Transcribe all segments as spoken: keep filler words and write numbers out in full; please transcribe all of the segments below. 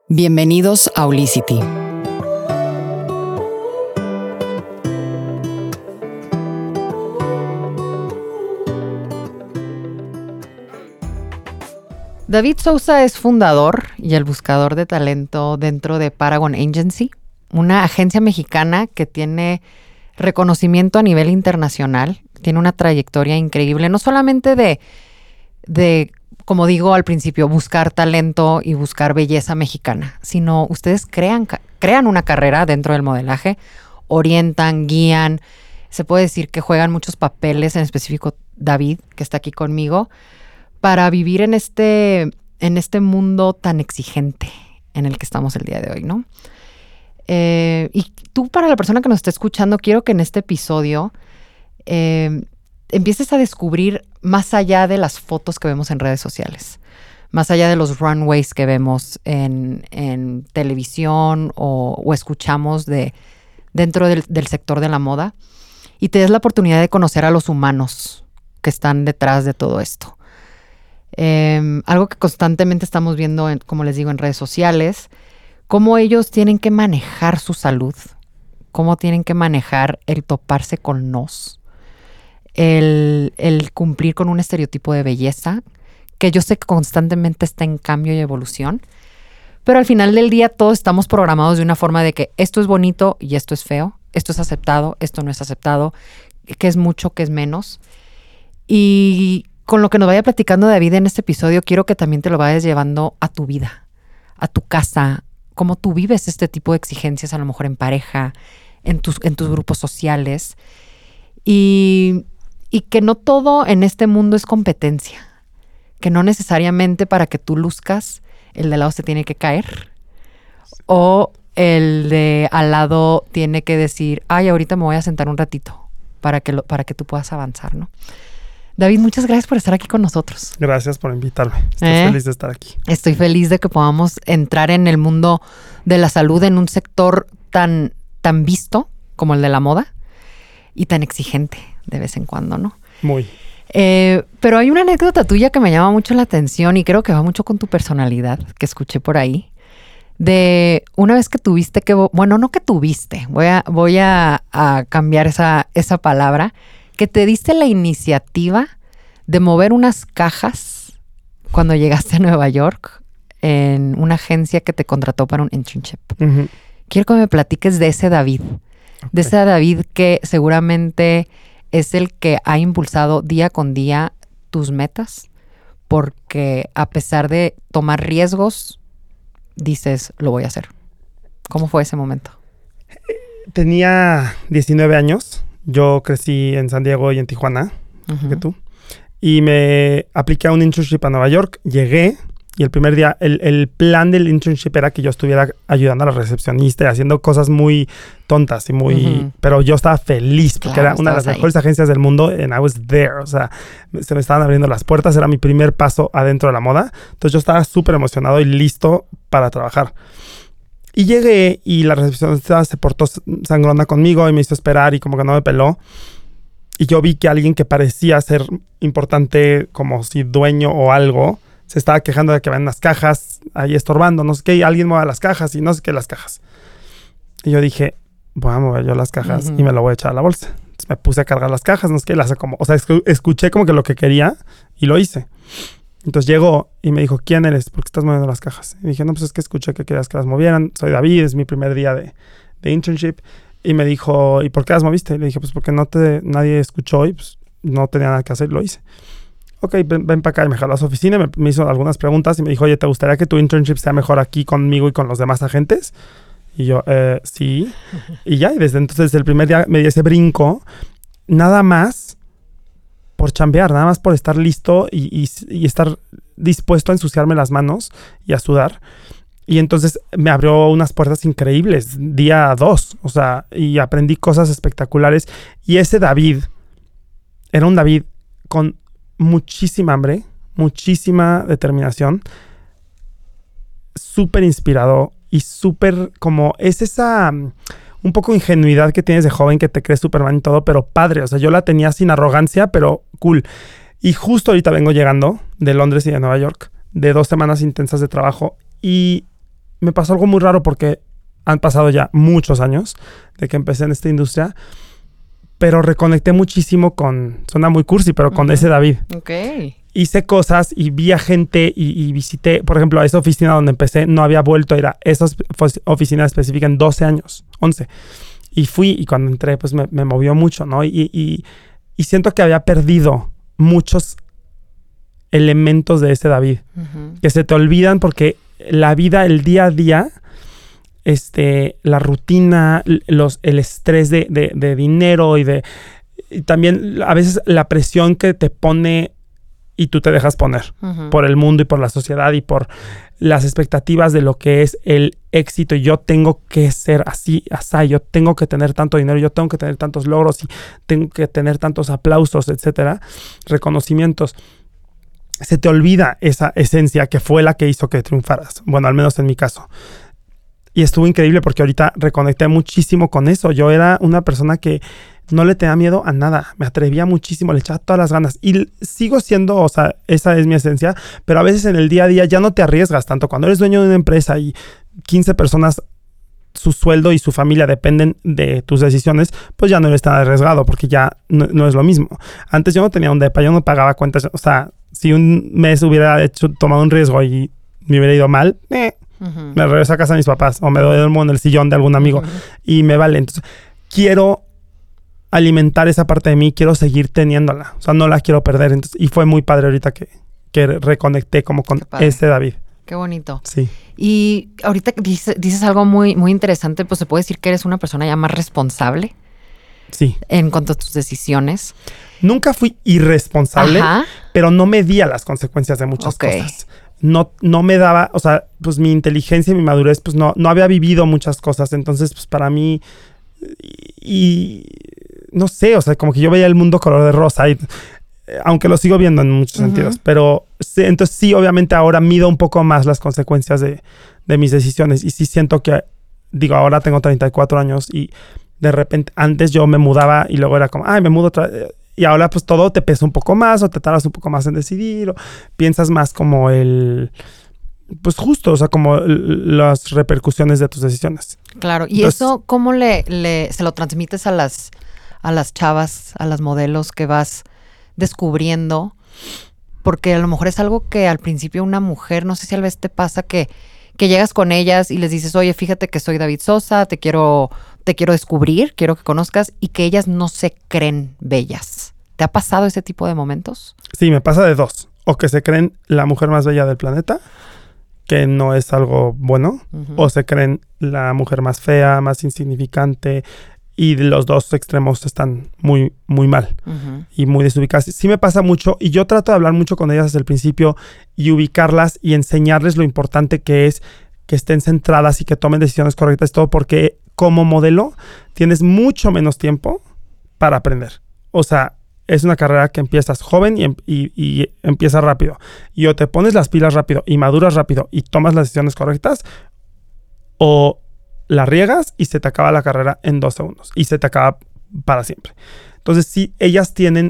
Bienvenidos a Olicity. David Sousa es fundador y el buscador de talento dentro de Paragon Agency, una agencia mexicana que tiene reconocimiento a nivel internacional, tiene una trayectoria increíble, no solamente de, de, como digo al principio, buscar talento y buscar belleza mexicana, sino ustedes crean, crean una carrera dentro del modelaje, orientan, guían, se puede decir que juegan muchos papeles, en específico David, que está aquí conmigo, para vivir en este, en este mundo tan exigente en el que estamos el día de hoy, ¿no? Eh, y tú, para la persona que nos está escuchando, quiero que en este episodio eh, empieces a descubrir más allá de las fotos que vemos en redes sociales, más allá de los runways que vemos en, en televisión o, o escuchamos de, dentro del, del sector de la moda, y te des la oportunidad de conocer a los humanos que están detrás de todo esto. Eh, algo que constantemente estamos viendo, en, como les digo, en redes sociales, cómo ellos tienen que manejar su salud, cómo tienen que manejar el toparse con nos, el, el cumplir con un estereotipo de belleza, que yo sé que constantemente está en cambio y evolución, pero al final del día todos estamos programados de una forma de que esto es bonito y esto es feo, esto es aceptado, esto no es aceptado, que es mucho, que es menos. Y con lo que nos vaya platicando David en este episodio, quiero que también te lo vayas llevando a tu vida, a tu casa, cómo tú vives este tipo de exigencias, a lo mejor en pareja, en tus, en tus grupos sociales, y, y que no todo en este mundo es competencia, que no necesariamente para que tú luzcas, el de al lado se tiene que caer, o el de al lado tiene que decir, ay, ahorita me voy a sentar un ratito para que, lo, para que tú puedas avanzar, ¿no? David, muchas gracias por estar aquí con nosotros. Gracias por invitarme. Estoy ¿Eh? feliz de estar aquí. Estoy feliz de que podamos entrar en el mundo de la salud en un sector tan, tan visto como el de la moda y tan exigente de vez en cuando, ¿no? Muy. Eh, pero hay una anécdota tuya que me llama mucho la atención y creo que va mucho con tu personalidad, que escuché por ahí, de una vez que tuviste que... Bueno, no que tuviste, voy a, voy a, a cambiar esa, esa palabra, que te diste la iniciativa de mover unas cajas cuando llegaste a Nueva York en una agencia que te contrató para un internship. Uh-huh. Quiero que me platiques de ese David, okay. de ese David que seguramente es el que ha impulsado día con día tus metas, porque a pesar de tomar riesgos, dices, lo voy a hacer. ¿Cómo fue ese momento? Tenía diecinueve años. Yo crecí en San Diego y en Tijuana, uh-huh. que tú. Y me apliqué a un internship a Nueva York. Llegué y el primer día, el, el plan del internship era que yo estuviera ayudando a la recepcionista y haciendo cosas muy tontas y muy... Uh-huh. Pero yo estaba feliz porque claro, era una de las ahí. mejores agencias del mundo and I was there. O sea, se me estaban abriendo las puertas. Era mi primer paso adentro de la moda. Entonces yo estaba súper emocionado y listo para trabajar. Y llegué y la recepcionista se portó sangrona conmigo y me hizo esperar y como que no me peló. Y yo vi que alguien que parecía ser importante, como si dueño o algo, se estaba quejando de que ven las cajas ahí estorbando, no sé qué, y alguien mueva las cajas y no sé qué las cajas. Y yo dije, voy a mover yo las cajas uh-huh. y me lo voy a echar a la bolsa. Entonces me puse a cargar las cajas, no sé qué, las como, o sea, escuché como que lo que quería y lo hice. Entonces llegó y me dijo, ¿quién eres? ¿Por qué estás moviendo las cajas? Y dije, no, pues es que escuché que querías que las movieran. Soy David, es mi primer día de, de internship. Y me dijo, ¿y por qué las moviste? Y le dije, pues porque no te, nadie escuchó y pues no tenía nada que hacer y lo hice. Ok, ven, ven para acá. Y me jaló a su oficina y me, me hizo algunas preguntas y me dijo, oye, ¿te gustaría que tu internship sea mejor aquí conmigo y con los demás agentes? Y yo, eh, sí. Y ya, y desde entonces, desde el primer día me di ese brinco. Nada más por chambear, nada más por estar listo y, y, y estar dispuesto a ensuciarme las manos y a sudar. Y entonces me abrió unas puertas increíbles, día dos, o sea, y aprendí cosas espectaculares. Y ese David era un David con muchísima hambre, muchísima determinación, súper inspirado y súper como es esa... un poco ingenuidad que tienes de joven que te crees Superman y todo, pero padre. O sea, yo la tenía sin arrogancia, pero cool. Y justo ahorita vengo llegando de Londres y de Nueva York, de dos semanas intensas de trabajo. Y me pasó algo muy raro porque han pasado ya muchos años de que empecé en esta industria, pero reconecté muchísimo con, suena muy cursi, pero con uh-huh. ese David. Ok. Hice cosas y vi a gente y, y visité, por ejemplo, a esa oficina donde empecé, no había vuelto a ir a esa oficina específica en doce años, once. Y fui y cuando entré, pues me, me movió mucho, ¿no? Y, y, y siento que había perdido muchos elementos de ese David, uh-huh. que se te olvidan porque la vida, el día a día, este, la rutina, los, el estrés de, de, de dinero y de y también a veces la presión que te pone y tú te dejas poner uh-huh. por el mundo y por la sociedad y por las expectativas de lo que es el éxito. Y yo tengo que ser así, así, yo tengo que tener tanto dinero, yo tengo que tener tantos logros y tengo que tener tantos aplausos, etcétera, reconocimientos. Se te olvida esa esencia que fue la que hizo que triunfaras. Bueno, al menos en mi caso. Y estuvo increíble porque ahorita reconecté muchísimo con eso. Yo era una persona que no le tenía miedo a nada. Me atrevía muchísimo, le echaba todas las ganas. Y sigo siendo, o sea, esa es mi esencia. Pero a veces en el día a día ya no te arriesgas tanto. Cuando eres dueño de una empresa y quince personas, su sueldo y su familia dependen de tus decisiones, pues ya no eres tan arriesgado porque ya no, no es lo mismo. Antes yo no tenía un depa, yo no pagaba cuentas. O sea, si un mes hubiera hecho, tomado un riesgo y me hubiera ido mal, eh, uh-huh. me regreso a casa de mis papás o me duermo en el sillón de algún amigo uh-huh. y me vale. Entonces, quiero alimentar esa parte de mí, quiero seguir teniéndola. O sea, no la quiero perder. Entonces, y fue muy padre ahorita que, que reconecté como con ese David. Qué bonito. Sí. Y ahorita dices, dices algo muy, muy interesante, pues se puede decir que eres una persona ya más responsable. Sí. En cuanto a tus decisiones. Nunca fui irresponsable, Ajá. pero no medía las consecuencias de muchas okay. cosas. No, no me daba, o sea, pues mi inteligencia y mi madurez, pues no, no había vivido muchas cosas. Entonces, pues para mí, y, y no sé, o sea, como que yo veía el mundo color de rosa, y, aunque lo sigo viendo en muchos uh-huh. sentidos. Pero sí, entonces sí, obviamente ahora mido un poco más las consecuencias de, de mis decisiones. Y sí siento que, digo, ahora tengo treinta y cuatro años y de repente, antes yo me mudaba y luego era como, ay, me mudo otra vez. Y ahora pues todo te pesa un poco más o te tardas un poco más en decidir o piensas más como el, pues justo, o sea, como el, las repercusiones de tus decisiones. Claro, y Entonces, eso, ¿cómo le, le se lo transmites a las, a las chavas, a las modelos que vas descubriendo? Porque a lo mejor es algo que al principio una mujer, no sé si a veces te pasa que, que llegas con ellas y les dices, oye, fíjate que soy David Sosa, te quiero... te quiero descubrir, quiero que conozcas, y que ellas no se creen bellas. ¿Te ha pasado ese tipo de momentos? Sí, me pasa de dos. O que se creen la mujer más bella del planeta, que no es algo bueno, uh-huh. o se creen la mujer más fea, más insignificante, y los dos extremos están muy, muy mal uh-huh. y muy desubicadas. Sí me pasa mucho, y yo trato de hablar mucho con ellas desde el principio y ubicarlas y enseñarles lo importante que es que estén centradas y que tomen decisiones correctas, todo porque como modelo tienes mucho menos tiempo para aprender. O sea, es una carrera que empiezas joven y, y, y empieza rápido. Y o te pones las pilas rápido y maduras rápido y tomas las decisiones correctas, o la riegas y se te acaba la carrera en dos segundos. Y se te acaba para siempre. Entonces sí, ellas tienen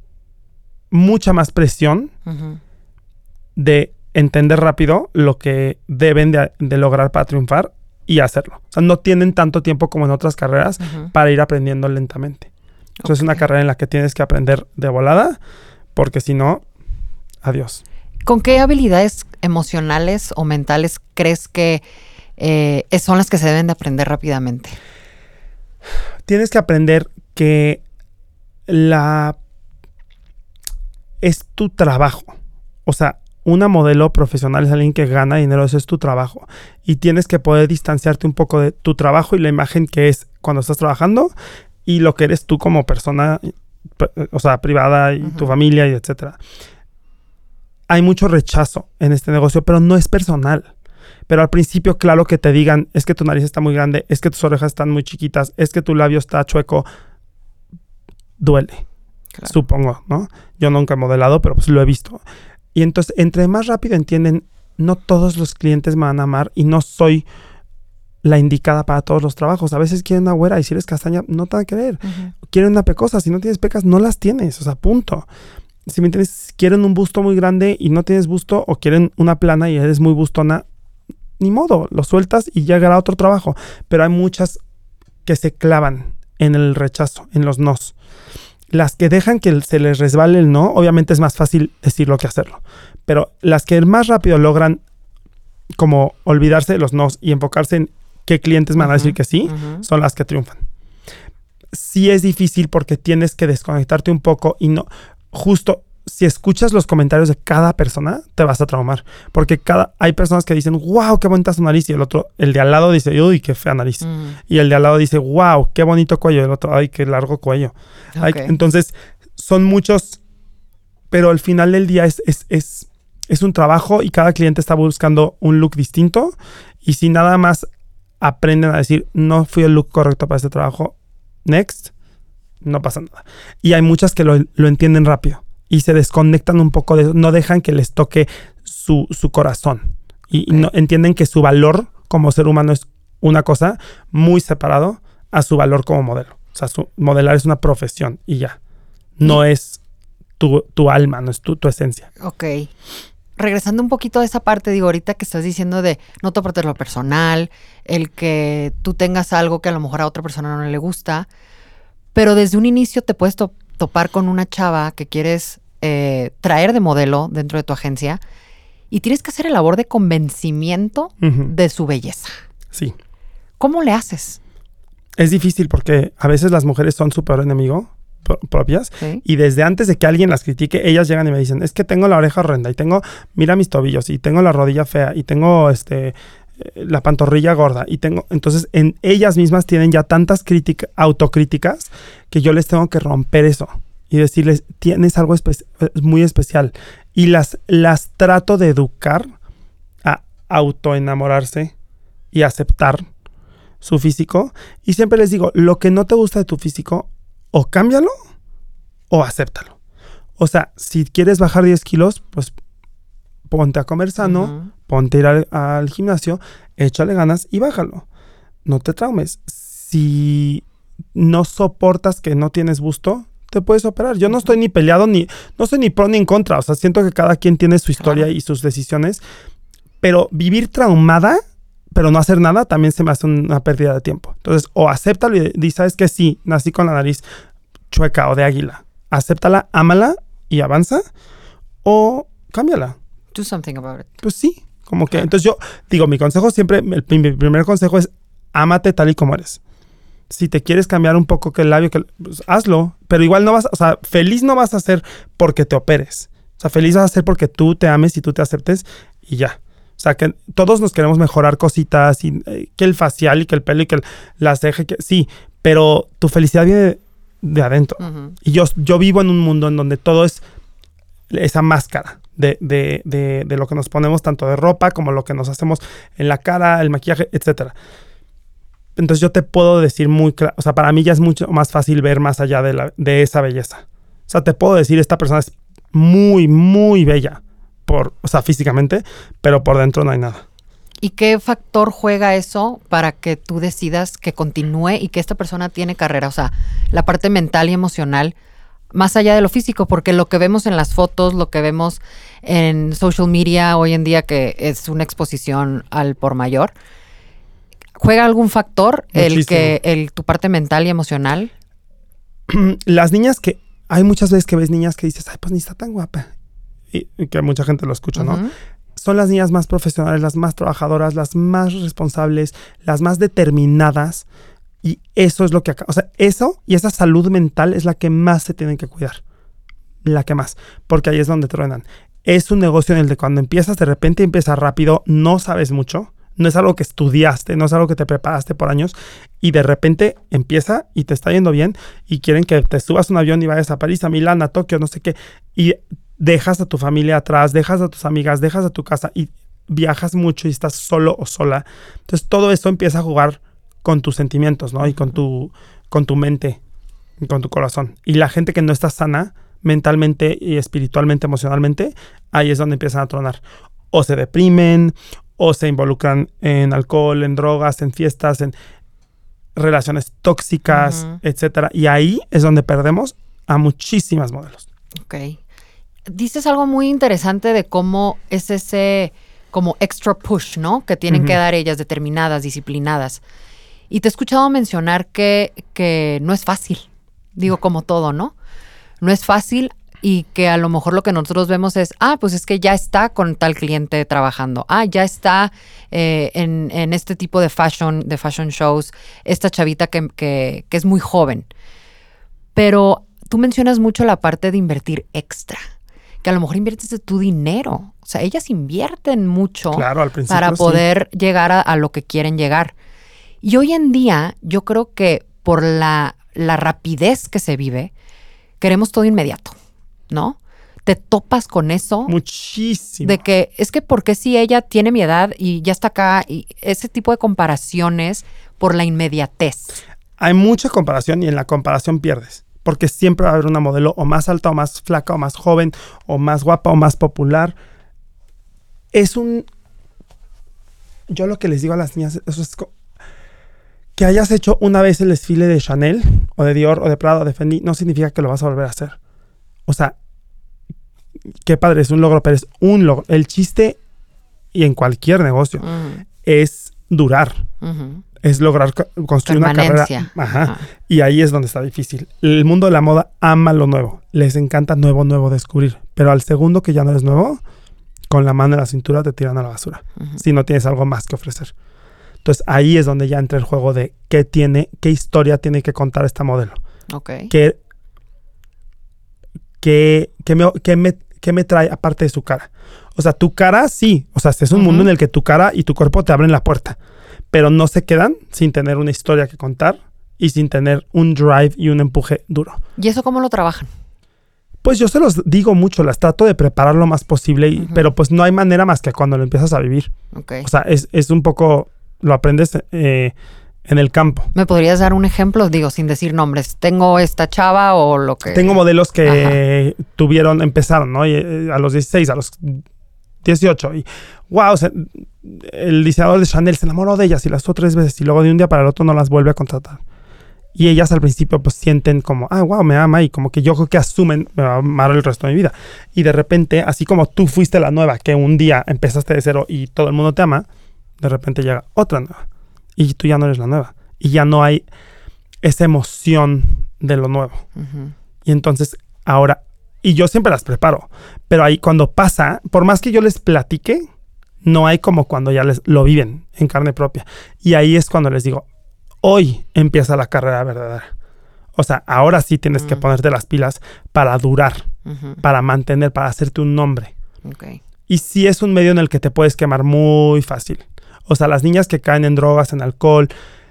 mucha más presión uh-huh. de entender rápido lo que deben de, de lograr para triunfar y hacerlo. O sea, no tienen tanto tiempo como en otras carreras uh-huh. para ir aprendiendo lentamente. Entonces okay. es una carrera en la que tienes que aprender de volada, porque si no, adiós. ¿Con qué habilidades emocionales o mentales crees que eh, son las que se deben de aprender rápidamente? Tienes que aprender que la es tu trabajo. O sea, una modelo profesional es alguien que gana dinero, eso es tu trabajo. Y tienes que poder distanciarte un poco de tu trabajo y la imagen que es cuando estás trabajando y lo que eres tú como persona, o sea, privada y uh-huh. tu familia y etcétera. Hay mucho rechazo en este negocio, pero no es personal. Pero al principio, claro que te digan, es que tu nariz está muy grande, es que tus orejas están muy chiquitas, es que tu labio está chueco. Duele, claro. Supongo, ¿no? Yo nunca he modelado, pero pues lo he visto. Y entonces, entre más rápido entienden, no todos los clientes me van a amar y no soy la indicada para todos los trabajos. A veces quieren una güera y si eres castaña, no te van a querer. Uh-huh. Quieren una pecosa, si no tienes pecas, no las tienes. O sea, punto. Si me entiendes, quieren un busto muy grande y no tienes busto, o quieren una plana y eres muy bustona, ni modo, lo sueltas y llegará otro trabajo. Pero hay muchas que se clavan en el rechazo, en los nos. Las que dejan que se les resbale el no, obviamente es más fácil decirlo que hacerlo. Pero las que más rápido logran como olvidarse de los nos y enfocarse en qué clientes van a decir que sí, uh-huh. son las que triunfan. Sí es difícil porque tienes que desconectarte un poco y no, justo si escuchas los comentarios de cada persona, te vas a traumar. Porque cada, hay personas que dicen, wow, qué bonita su nariz. Y el otro, el de al lado dice, uy, qué fea nariz. Mm. Y el de al lado dice, wow, qué bonito cuello. Y el otro, ay, qué largo cuello. Okay. Ay, entonces, son muchos, pero al final del día es, es, es, es un trabajo y cada cliente está buscando un look distinto. Y si nada más aprenden a decir, no fui el look correcto para este trabajo, next, no pasa nada. Y hay muchas que lo, lo entienden rápido. Y se desconectan un poco de eso, no dejan que les toque su, su corazón. Y, okay. y no, entienden que su valor como ser humano es una cosa muy separado a su valor como modelo. O sea, su, modelar es una profesión y ya. No ¿Sí? es tu, tu alma, no es tu, tu esencia. Ok. Regresando un poquito a esa parte, digo, ahorita que estás diciendo de no tomarte lo personal, el que tú tengas algo que a lo mejor a otra persona no le gusta, pero desde un inicio te puedes to- topar con una chava que quieres eh, traer de modelo dentro de tu agencia y tienes que hacer el labor de convencimiento uh-huh. de su belleza. Sí. ¿Cómo le haces? Es difícil porque a veces las mujeres son su peor enemigo pro- propias ¿Sí? y desde antes de que alguien las critique, ellas llegan y me dicen, es que tengo la oreja horrenda y tengo, mira mis tobillos y tengo la rodilla fea y tengo este... la pantorrilla gorda y tengo, entonces en ellas mismas tienen ya tantas críticas, autocríticas que yo les tengo que romper eso y decirles, tienes algo espe- muy especial y las, las trato de educar a autoenamorarse y aceptar su físico y siempre les digo, lo que no te gusta de tu físico o cámbialo o acéptalo. O sea, si quieres bajar diez kilos, pues ponte a comer sano, uh-huh. ponte a ir al, al gimnasio, échale ganas y bájalo. No te traumes. Si no soportas que no tienes busto, te puedes operar. Yo no estoy ni peleado, ni no soy ni pro ni en contra. O sea, siento que cada quien tiene su historia claro. y sus decisiones. Pero vivir traumada, pero no hacer nada, también se me hace una pérdida de tiempo. Entonces, o acéptalo y di, sabes que sí, nací con la nariz chueca o de águila. Acéptala, ámala y avanza. O cámbiala. Do something about it. Pues sí, como que, claro. entonces yo digo, mi consejo siempre, el, mi primer consejo es ámate tal y como eres. Si te quieres cambiar un poco que el labio, que, pues hazlo, pero igual no vas, o sea, feliz no vas a ser porque te operes. O sea, feliz vas a ser porque tú te ames y tú te aceptes y ya. O sea, que todos nos queremos mejorar cositas y eh, que el facial y que el pelo y que el, la ceja, que sí, pero tu felicidad viene de, de adentro. Uh-huh. Y yo, yo vivo en un mundo en donde todo es esa máscara. De, de, de, de lo que nos ponemos tanto de ropa como lo que nos hacemos en la cara, el maquillaje, etcétera. Entonces yo te puedo decir muy claro, o sea, para mí ya es mucho más fácil ver más allá de, la, de esa belleza. O sea, te puedo decir, esta persona es muy, muy bella, por, o sea, físicamente, pero por dentro no hay nada. ¿Y qué factor juega eso para que tú decidas que continúe y que esta persona tiene carrera? O sea, la parte mental y emocional, más allá de lo físico, porque lo que vemos en las fotos, lo que vemos en social media hoy en día, que es una exposición al por mayor, ¿juega algún factor el que el tu parte mental y emocional? Las niñas que, hay muchas veces que ves niñas que dices, ay, pues ni está tan guapa, y, y que mucha gente lo escucha, uh-huh. ¿no? Son las niñas más profesionales, las más trabajadoras, las más responsables, las más determinadas. Y eso es lo que acá, o sea, eso y esa salud mental es la que más se tienen que cuidar. La que más, porque ahí es donde truenan. Es un negocio en el de cuando empiezas, de repente empiezas rápido, no sabes mucho, no es algo que estudiaste, no es algo que te preparaste por años y de repente empieza y te está yendo bien y quieren que te subas a un avión y vayas a París, a Milán, a Tokio, no sé qué, y dejas a tu familia atrás, dejas a tus amigas, dejas a tu casa y viajas mucho y estás solo o sola. Entonces todo eso empieza a jugar con tus sentimientos, ¿no? Y con tu, con tu mente, y con tu corazón. Y la gente que no está sana mentalmente y espiritualmente, emocionalmente, ahí es donde empiezan a tronar. O se deprimen, o se involucran en alcohol, en drogas, en fiestas, en relaciones tóxicas, uh-huh. etcétera. Y ahí es donde perdemos a muchísimas modelos. Ok. Dices algo muy interesante de cómo es ese como extra push, ¿no? Que tienen uh-huh. que dar ellas, determinadas, disciplinadas. Y te he escuchado mencionar que, que no es fácil. Digo, como todo, ¿no? No es fácil y que a lo mejor lo que nosotros vemos es, ah, pues es que ya está con tal cliente trabajando. Ah, ya está eh, en, en este tipo de fashion, de fashion shows, esta chavita que, que, que es muy joven. Pero tú mencionas mucho la parte de invertir extra, que a lo mejor inviertes de tu dinero. O sea, ellas invierten mucho claro, al principio, para poder sí. llegar a, a lo que quieren llegar. Y hoy en día, yo creo que por la, la rapidez que se vive, queremos todo inmediato, ¿no? Te topas con eso. Muchísimo. De que, es que ¿por qué si ella tiene mi edad y ya está acá? Y ese tipo de comparaciones por la inmediatez. Hay mucha comparación y en la comparación pierdes. Porque siempre va a haber una modelo o más alta o más flaca o más joven o más guapa o más popular. Es un... Yo lo que les digo a las niñas, eso es que hayas hecho una vez el desfile de Chanel o de Dior o de Prada o de Fendi, no significa que lo vas a volver a hacer. O sea, qué padre, es un logro, pero es un logro. El chiste, y en cualquier negocio, uh-huh. es durar. Uh-huh. Es lograr construir una carrera. Ajá. Ajá. Y ahí es donde está difícil. El mundo de la moda ama lo nuevo. Les encanta nuevo, nuevo descubrir. Pero al segundo que ya no eres nuevo, con la mano en la cintura te tiran a la basura. Uh-huh. Si no tienes algo más que ofrecer. Entonces ahí es donde ya entra el juego de qué tiene, qué historia tiene que contar esta modelo. Okay. ¿Qué, qué, qué, me, qué, me, qué me trae aparte de su cara? O sea, tu cara sí. O sea, es un uh-huh. mundo en el que tu cara y tu cuerpo te abren la puerta. Pero no se quedan sin tener una historia que contar y sin tener un drive y un empuje duro. ¿Y eso cómo lo trabajan? Pues yo se los digo mucho, las trato de preparar lo más posible, y, uh-huh. pero pues no hay manera más que cuando lo empiezas a vivir. Okay. O sea, es, es un poco, lo aprendes eh, en el campo. ¿Me podrías dar un ejemplo? Digo, sin decir nombres. ¿Tengo esta chava o lo que...? Tengo modelos que Ajá. tuvieron, empezaron, ¿no? Y, eh, a los dieciséis, a los dieciocho, y wow, o sea, el diseñador de Chanel se enamoró de ellas y las otras tres veces y luego de un día para el otro no las vuelve a contratar. Y ellas al principio pues sienten como, ah, wow, me ama, y como que yo creo que asumen, me va a amar el resto de mi vida. Y de repente, así como tú fuiste la nueva, que un día empezaste de cero y todo el mundo te ama, de repente llega otra nueva y tú ya no eres la nueva. Y ya no hay esa emoción de lo nuevo. Uh-huh. Y entonces ahora, y yo siempre las preparo, pero ahí cuando pasa, por más que yo les platique, no hay como cuando ya les lo viven en carne propia. Y ahí es cuando les digo, hoy empieza la carrera verdadera. O sea, ahora sí tienes uh-huh. que ponerte las pilas para durar, uh-huh. para mantener, para hacerte un nombre. Okay. Y sí es un medio en el que te puedes quemar muy fácil. O sea, las niñas que caen en drogas, en alcohol,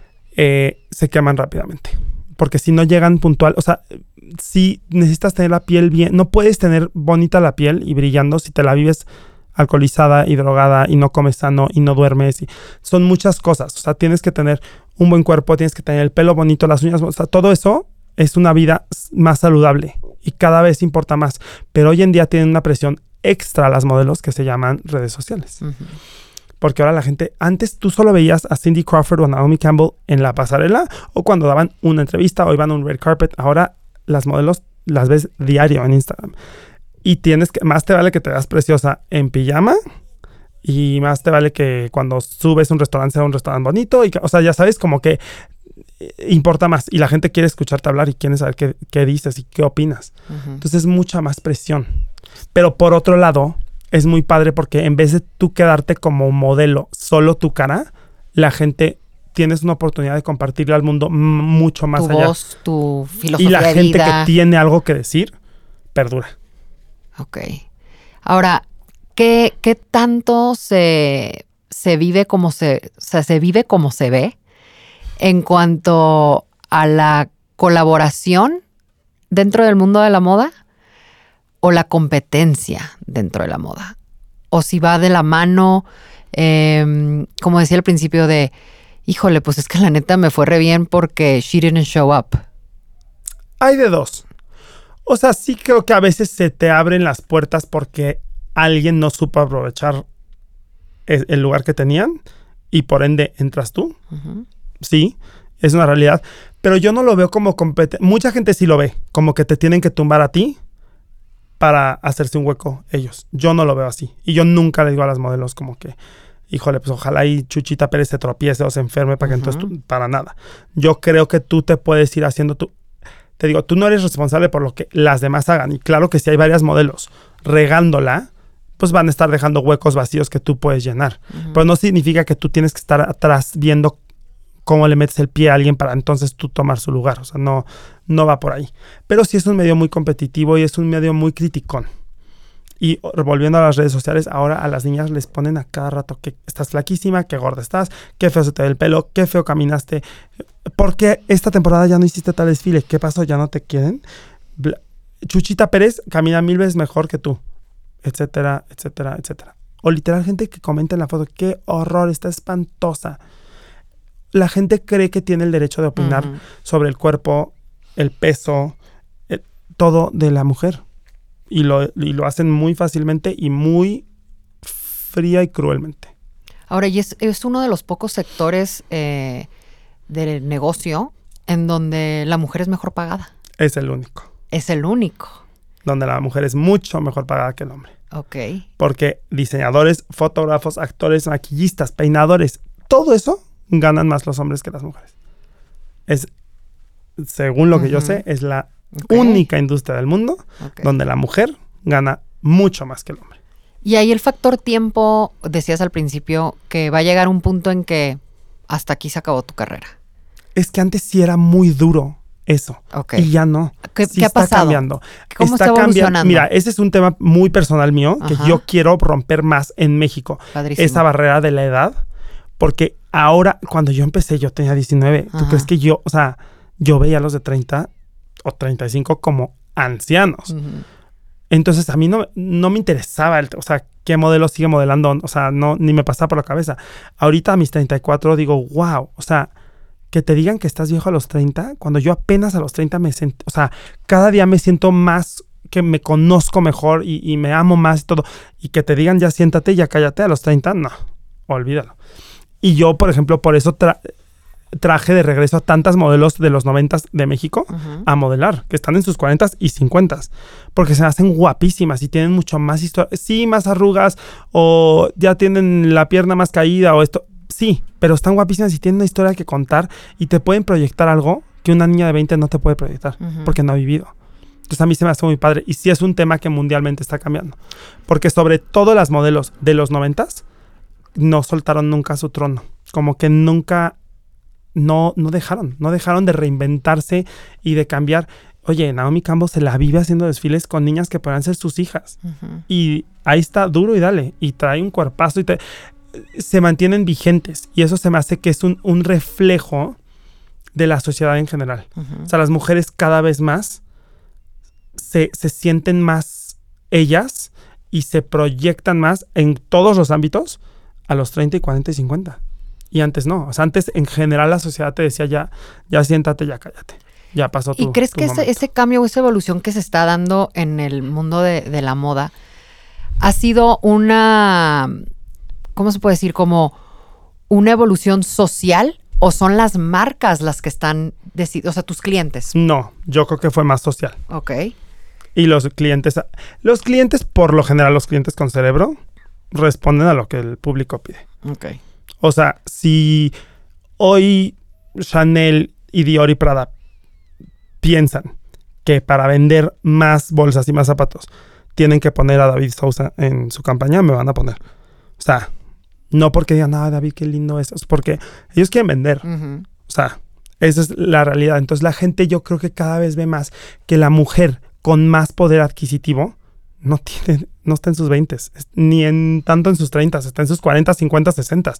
eh, se queman rápidamente. Porque si no llegan puntual, o sea, si necesitas tener la piel bien, no puedes tener bonita la piel y brillando si te la vives alcoholizada y drogada y no comes sano y no duermes. Y son muchas cosas. O sea, tienes que tener un buen cuerpo, tienes que tener el pelo bonito, las uñas, o sea, todo eso es una vida más saludable y cada vez importa más. Pero hoy en día tienen una presión extra las modelos que se llaman redes sociales. Uh-huh. Porque ahora la gente, antes tú solo veías a Cindy Crawford o a Naomi Campbell en la pasarela o cuando daban una entrevista o iban a un red carpet. Ahora las modelos las ves diario en Instagram. Y tienes que, más te vale que te veas preciosa en pijama y más te vale que cuando subes a un restaurante sea un restaurante bonito. Y, o sea, ya sabes, como que importa más y la gente quiere escucharte hablar y quiere saber qué, qué dices y qué opinas. Uh-huh. Entonces es mucha más presión. Pero por otro lado, es muy padre porque en vez de tú quedarte como modelo, solo tu cara, la gente tienes una oportunidad de compartirle al mundo m- mucho más tu allá. Tu voz, tu filosofía y la de gente vida. Que tiene algo que decir, perdura. Ok. Ahora, ¿qué, qué tanto se, se vive como se, o sea, se vive como se ve en cuanto a la colaboración dentro del mundo de la moda o la competencia dentro de la moda? O si va de la mano, eh, como decía al principio de, híjole, pues es que la neta me fue re bien porque she didn't show up. Hay de dos. O sea, sí creo que a veces se te abren las puertas porque alguien no supo aprovechar el lugar que tenían y por ende entras tú. Uh-huh. Sí, es una realidad. Pero yo no lo veo como competencia. Mucha gente sí lo ve, como que te tienen que tumbar a ti para hacerse un hueco ellos. Yo no lo veo así. Y yo nunca le digo a las modelos como que, híjole, pues ojalá y Chuchita Pérez se tropiece o se enferme para que uh-huh. entonces tú, para nada. Yo creo que tú te puedes ir haciendo tú. Te digo, tú no eres responsable por lo que las demás hagan. Y claro que si hay varias modelos regándola, pues van a estar dejando huecos vacíos que tú puedes llenar. Uh-huh. Pero no significa que tú tienes que estar atrás viendo cómo le metes el pie a alguien para entonces tú tomar su lugar. O sea, no, no va por ahí. Pero sí es un medio muy competitivo y es un medio muy criticón. Y volviendo a las redes sociales, ahora a las niñas les ponen a cada rato que estás flaquísima, que gorda estás, qué feo se te ve el pelo, qué feo caminaste. ¿Por qué esta temporada ya no hiciste tal desfile? ¿Qué pasó? ¿Ya no te quieren? Bla- Chuchita Pérez camina mil veces mejor que tú. Etcétera, etcétera, etcétera. O literal gente que comenta en la foto, qué horror, está espantosa. La gente cree que tiene el derecho de opinar uh-huh. sobre el cuerpo, el peso, el, todo de la mujer. Y lo, y lo hacen muy fácilmente y muy fría y cruelmente. Ahora, y es, es uno de los pocos sectores eh, del negocio en donde la mujer es mejor pagada. Es el único. Es el único. Donde la mujer es mucho mejor pagada que el hombre. Ok. Porque diseñadores, fotógrafos, actores, maquillistas, peinadores, todo eso ganan más los hombres que las mujeres. Es, según lo uh-huh. que yo sé, es la okay. única industria del mundo okay. donde la mujer gana mucho más que el hombre. Y ahí el factor tiempo, decías al principio, que va a llegar un punto en que hasta aquí se acabó tu carrera. Es que antes sí era muy duro eso. Okay. Y ya no. ¿Qué, sí ¿qué ha está pasado? cambiando. ¿Cómo está, está evolucionando? Mira, ese es un tema muy personal mío que Ajá. yo quiero romper más en México. Padrísimo. Esa barrera de la edad. Porque ahora, cuando yo empecé, yo tenía diecinueve. Ajá. ¿Tú crees que yo, o sea, yo veía a los de treinta o treinta y cinco como ancianos? Uh-huh. Entonces, a mí no, no me interesaba, el, o sea, qué modelo sigue modelando. O sea, no, ni me pasaba por la cabeza. Ahorita a mis treinta y cuatro digo, wow, o sea, que te digan que estás viejo a los treinta, cuando yo apenas a los treinta me siento, o sea, cada día me siento más, que me conozco mejor y, y me amo más y todo. Y que te digan ya siéntate, ya cállate a los treinta, no, olvídalo. Y yo, por ejemplo, por eso tra- traje de regreso a tantas modelos de los noventas de México uh-huh. a modelar, que están en sus cuarentas y cincuentas, porque se hacen guapísimas y tienen mucho más historia. Sí, más arrugas, o ya tienen la pierna más caída, o esto. Sí, pero están guapísimas y tienen una historia que contar y te pueden proyectar algo que una niña de veinte no te puede proyectar, uh-huh. porque no ha vivido. Entonces a mí se me hace muy padre. Y sí es un tema que mundialmente está cambiando. Porque sobre todo las modelos de los noventas no soltaron nunca su trono. Como que nunca, no, no dejaron, no dejaron de reinventarse y de cambiar. Oye, Naomi Campbell se la vive haciendo desfiles con niñas que podrán ser sus hijas. Uh-huh. Y ahí está, duro y dale. Y trae un cuerpazo y te... se mantienen vigentes. Y eso se me hace que es un, un reflejo de la sociedad en general. Uh-huh. O sea, las mujeres cada vez más se, se sienten más ellas y se proyectan más en todos los ámbitos a los treinta y cuarenta y cincuenta. Y antes no. O sea, antes en general la sociedad te decía ya, ya siéntate, ya cállate. Ya pasó tu ¿Y crees tu que ese, ese cambio o esa evolución que se está dando en el mundo de, de la moda ha sido una... ¿cómo se puede decir? ¿Como una evolución social o son las marcas las que están decidiendo, o sea, tus clientes? No, yo creo que fue más social. Ok. Y los clientes, los clientes, por lo general, los clientes con cerebro, responden a lo que el público pide. Ok. O sea, si hoy Chanel y Dior y Prada piensan que para vender más bolsas y más zapatos tienen que poner a David Sousa en su campaña, me van a poner. O sea... no porque digan, ah, David, qué lindo es. Es porque ellos quieren vender. Uh-huh. O sea, esa es la realidad. Entonces, la gente yo creo que cada vez ve más que la mujer con más poder adquisitivo no tiene, no está en sus veintes, ni en tanto en sus treintas, está en sus cuarenta, cincuenta, sesenta.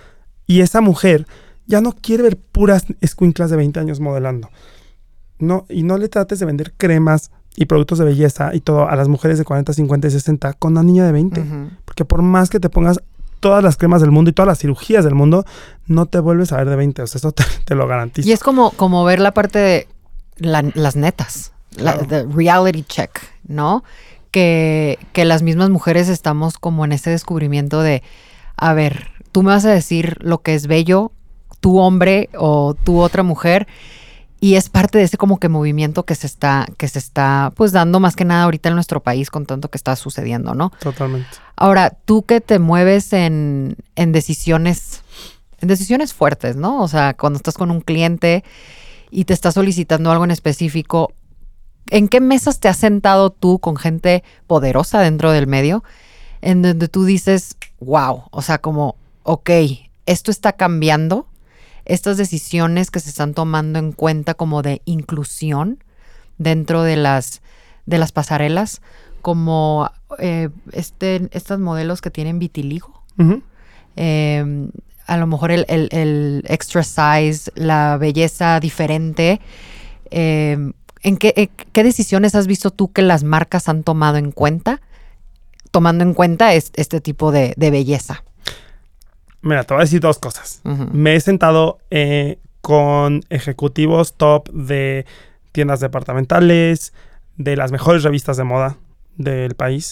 Y esa mujer ya no quiere ver puras escuinclas de veinte años modelando. No, y no le trates de vender cremas y productos de belleza y todo a las mujeres de cuarenta, cincuenta y sesenta con una niña de veinte. Uh-huh. Porque por más que te pongas todas las cremas del mundo y todas las cirugías del mundo, no te vuelves a ver de veinte. O sea, eso te, te lo garantizo. Y es como, como ver la parte de la, las netas, claro. la reality check, ¿no? Que, que las mismas mujeres estamos como en este descubrimiento de, a ver, tú me vas a decir lo que es bello, tu hombre o tu otra mujer, Y es parte de ese como que movimiento que se está, que se está pues dando más que nada ahorita en nuestro país con tanto que está sucediendo, ¿no? Totalmente. Ahora, tú que te mueves en, en decisiones, en decisiones fuertes, ¿no? O sea, cuando estás con un cliente y te está solicitando algo en específico, ¿en qué mesas te has sentado tú con gente poderosa dentro del medio? En donde tú dices, wow, o sea, como, ok, esto está cambiando. Estas decisiones que se están tomando en cuenta como de inclusión dentro de las, de las pasarelas, como eh, este, estos modelos que tienen vitiligo. Uh-huh. Eh, a lo mejor el, el, el extra size, la belleza diferente. Eh, ¿en qué, eh, qué decisiones has visto tú que las marcas han tomado en cuenta, tomando en cuenta es, este tipo de, de belleza? Mira, te voy a decir dos cosas. Uh-huh. Me he sentado eh, con ejecutivos top de tiendas departamentales, de las mejores revistas de moda del país,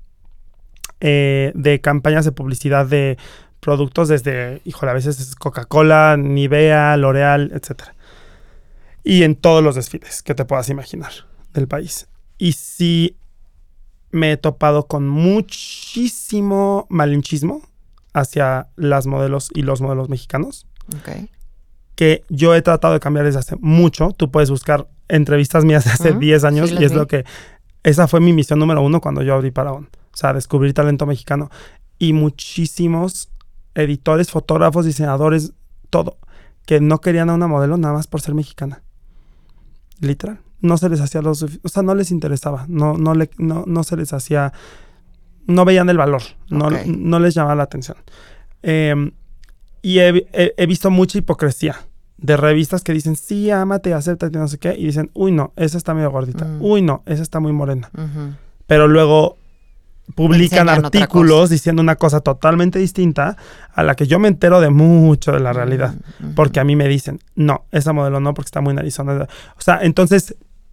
eh, de campañas de publicidad de productos desde, híjole, a veces es Coca-Cola, Nivea, L'Oreal, etcétera. Y en todos los desfiles que te puedas imaginar del país. Y sí me he topado con muchísimo malinchismo hacia las modelos y los modelos mexicanos. Okay. Que yo he tratado de cambiar desde hace mucho. Tú puedes buscar entrevistas mías de hace uh-huh. diez años sí, y es vi. lo que... Esa fue mi misión número uno cuando yo abrí Paragon. O sea, descubrir talento mexicano. Y muchísimos editores, fotógrafos, diseñadores, todo, que no querían a una modelo nada más por ser mexicana. Literal. No se les hacía los... O sea, no les interesaba. No, no, le, no, no se les hacía... No veían el valor, no, okay. no les llamaba la atención. Eh, y he, he, he visto mucha hipocresía de revistas que dicen, sí, ámate, acéptate, no sé qué. Y dicen, uy, no, esa está medio gordita. Mm. Uy, no, esa está muy morena. Uh-huh. Pero luego publican Enseñan artículos diciendo una cosa totalmente distinta a la que yo me entero de mucho de la realidad. Uh-huh. Porque a mí me dicen, no, esa modelo no, porque está muy narizona. O sea, entonces,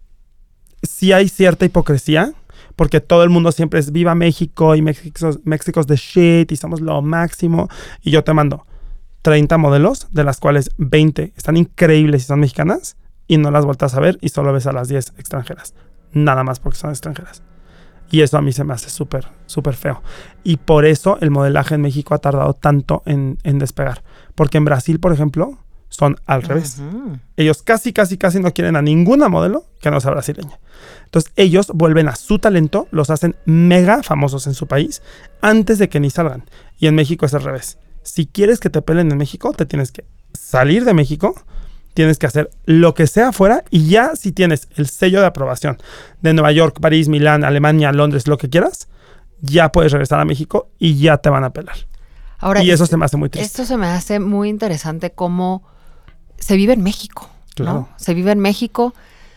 sí hay cierta hipocresía. Porque todo el mundo siempre es viva México y México, México es the shit y somos lo máximo. Y yo te mando treinta modelos, de las cuales veinte están increíbles y son mexicanas y no las vueltas a ver y solo ves a las diez extranjeras. Nada más porque son extranjeras. Y eso a mí se me hace súper, súper feo. Y por eso el modelaje en México ha tardado tanto en, en despegar. Porque en Brasil, por ejemplo, son al revés. Uh-huh. Ellos casi, casi, casi no quieren a ninguna modelo que no sea brasileña. Entonces, ellos vuelven a su talento, los hacen mega famosos en su país antes de que ni salgan. Y en México es al revés. Si quieres que te pelen en México, te tienes que salir de México, tienes que hacer lo que sea afuera y ya si tienes el sello de aprobación de Nueva York, París, Milán, Alemania, Londres, lo que quieras, ya puedes regresar a México y ya te van a pelar. Ahora, y eso es, se me hace muy triste. Esto se me hace muy interesante cómo se vive en México, claro. ¿no? Se vive en México.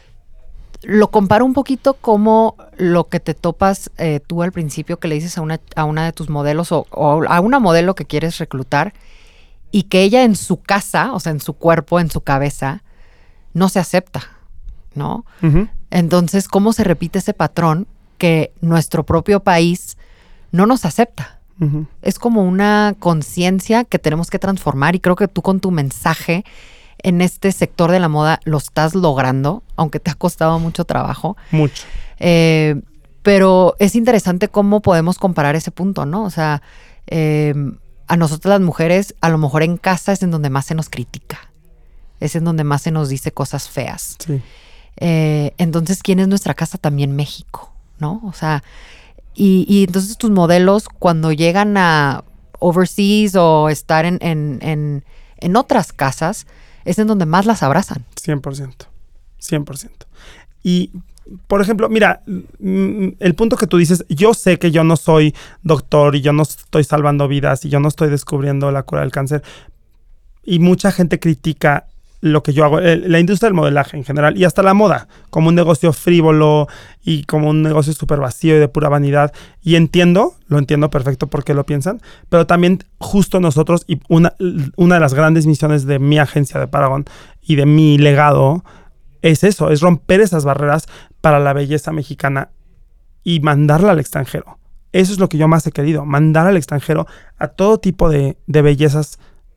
Lo comparo un poquito como lo que te topas eh, tú al principio que le dices a una, a una de tus modelos o, o a una modelo que quieres reclutar y que ella en su casa, o sea, en su cuerpo, en su cabeza, no se acepta, ¿no? Uh-huh. Entonces, ¿cómo se repite ese patrón que nuestro propio país no nos acepta? Uh-huh. Es como una conciencia que tenemos que transformar y creo que tú con tu mensaje en este sector de la moda lo estás logrando, aunque te ha costado mucho trabajo. Mucho. Eh, pero es interesante cómo podemos comparar ese punto, ¿no? O sea, eh, a nosotras las mujeres, a lo mejor en casa es en donde más se nos critica. Es en donde más se nos dice cosas feas. Sí. Eh, entonces, ¿quién es nuestra casa? También México, ¿no? O sea, y, y entonces tus modelos cuando llegan a overseas o estar en, en, en, en otras casas, es en donde más las abrazan. cien por ciento. cien por ciento. Y, por ejemplo, mira, el punto que tú dices, yo sé que yo no soy doctor y yo no estoy salvando vidas y yo no estoy descubriendo la cura del cáncer. Y mucha gente critica lo que yo hago, la industria del modelaje en general y hasta la moda, como un negocio frívolo y como un negocio súper vacío y de pura vanidad. Y entiendo, lo entiendo perfecto por qué lo piensan, pero también justo nosotros, y una, una de las grandes misiones de mi agencia de Paragon y de mi legado es eso, es romper esas barreras para la belleza mexicana y mandarla al extranjero. Eso es lo que yo más he querido, mandar al extranjero a todo tipo de, de bellezas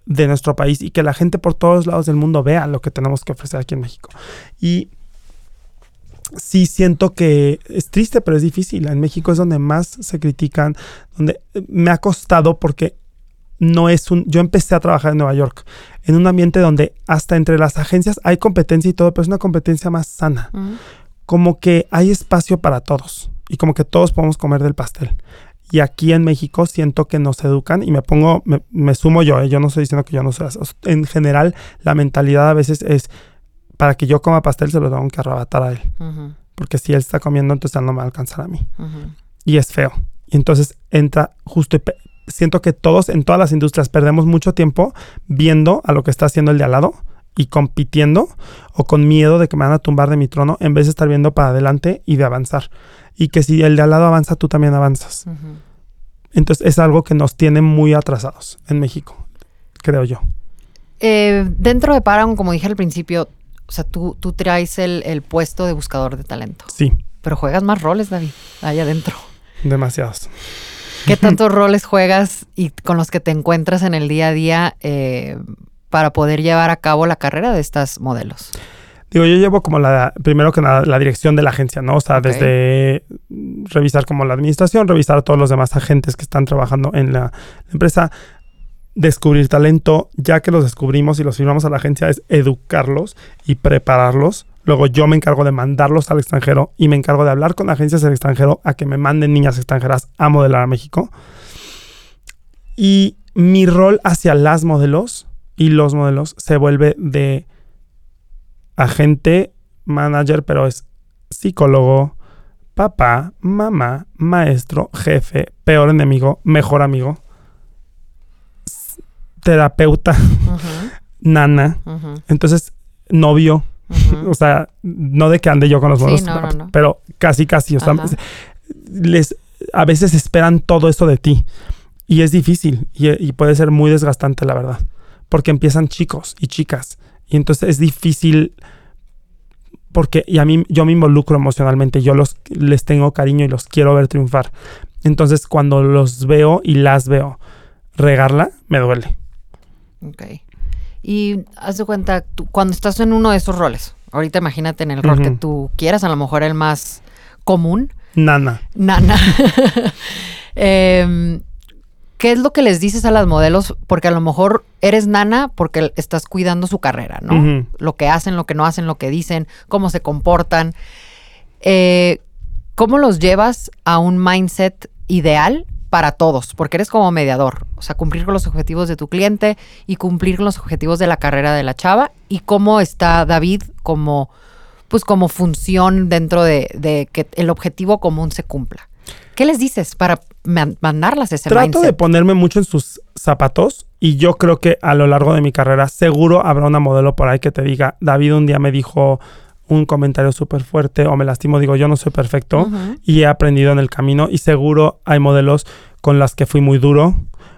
de nuestro país y que la gente por todos lados del mundo vea lo que tenemos que ofrecer aquí en México. Y sí siento que es triste, pero es difícil. En México es donde más se critican, donde me ha costado porque no es un... Yo empecé a trabajar en Nueva York, en un ambiente donde hasta entre las agencias hay competencia y todo, pero es una competencia más sana. Uh-huh. Como que hay espacio para todos y como que todos podemos comer del pastel. Y aquí en México siento que nos educan y me pongo, me, me sumo yo, ¿eh? Yo no estoy diciendo que yo no sea. En general, la mentalidad a veces es, para que yo coma pastel se lo tengo que arrebatar a él. Uh-huh. Porque si él está comiendo, entonces él no me va a alcanzar a mí. Uh-huh. Y es feo. Y entonces entra justo y pe- siento que todos en todas las industrias perdemos mucho tiempo viendo a lo que está haciendo el de al lado y compitiendo o con miedo de que me van a tumbar de mi trono en vez de estar viendo para adelante y de avanzar. Y que si el de al lado avanza, tú también avanzas. Uh-huh. Entonces es algo que nos tiene muy atrasados en México, creo yo. Eh, dentro de Paragon, como dije al principio, o sea, tú, tú traes el, el puesto de buscador de talento. Sí. Pero juegas más roles, David, ahí adentro. Demasiados. ¿Qué tantos roles juegas y con los que te encuentras en el día a día eh, para poder llevar a cabo la carrera de estas modelos? Digo, yo llevo como la, primero que nada, la dirección de la agencia, ¿no? O sea, okay. desde revisar como la administración, revisar a todos los demás agentes que están trabajando en la, la empresa, descubrir talento. Ya que los descubrimos y los firmamos a la agencia, es educarlos y prepararlos. Luego yo me encargo de mandarlos al extranjero y me encargo de hablar con agencias del extranjero a que me manden niñas extranjeras a modelar a México. Y mi rol hacia las modelos y los modelos se vuelve de agente, manager, pero es psicólogo, papá, mamá, maestro, jefe, peor enemigo, mejor amigo, terapeuta, uh-huh. nana, uh-huh. entonces novio, uh-huh. o sea, no de que ande yo con los modelos, sí, no, no, no. pero casi, casi, o sea, uh-huh. les, a veces esperan todo eso de ti y es difícil y, y puede ser muy desgastante, la verdad, porque empiezan chicos y chicas. Y entonces es difícil porque y a mí yo me involucro emocionalmente, yo los les tengo cariño y los quiero ver triunfar. Entonces cuando los veo y las veo regarla, me duele. Ok. Y haz de cuenta, tú, cuando estás en uno de esos roles, ahorita imagínate en el rol uh-huh. que tú quieras, a lo mejor el más común. Nana. Nana. eh, ¿Qué es lo que les dices a las modelos? Porque a lo mejor eres nana porque estás cuidando su carrera, ¿no? Uh-huh. Lo que hacen, lo que no hacen, lo que dicen, cómo se comportan. Eh, ¿Cómo los llevas a un mindset ideal para todos? Porque eres como mediador. O sea, cumplir con los objetivos de tu cliente y cumplir con los objetivos de la carrera de la chava. ¿Y cómo está David como, pues, como función dentro de, de que el objetivo común se cumpla? ¿Qué les dices para man- mandarlas ese Trato mindset? de ponerme mucho en sus zapatos y yo creo que a lo largo de mi carrera seguro habrá una modelo por ahí que te diga, David un día me dijo un comentario súper fuerte o me lastimó. Digo, yo no soy perfecto uh-huh. y he aprendido en el camino y seguro hay modelos con las que fui muy duro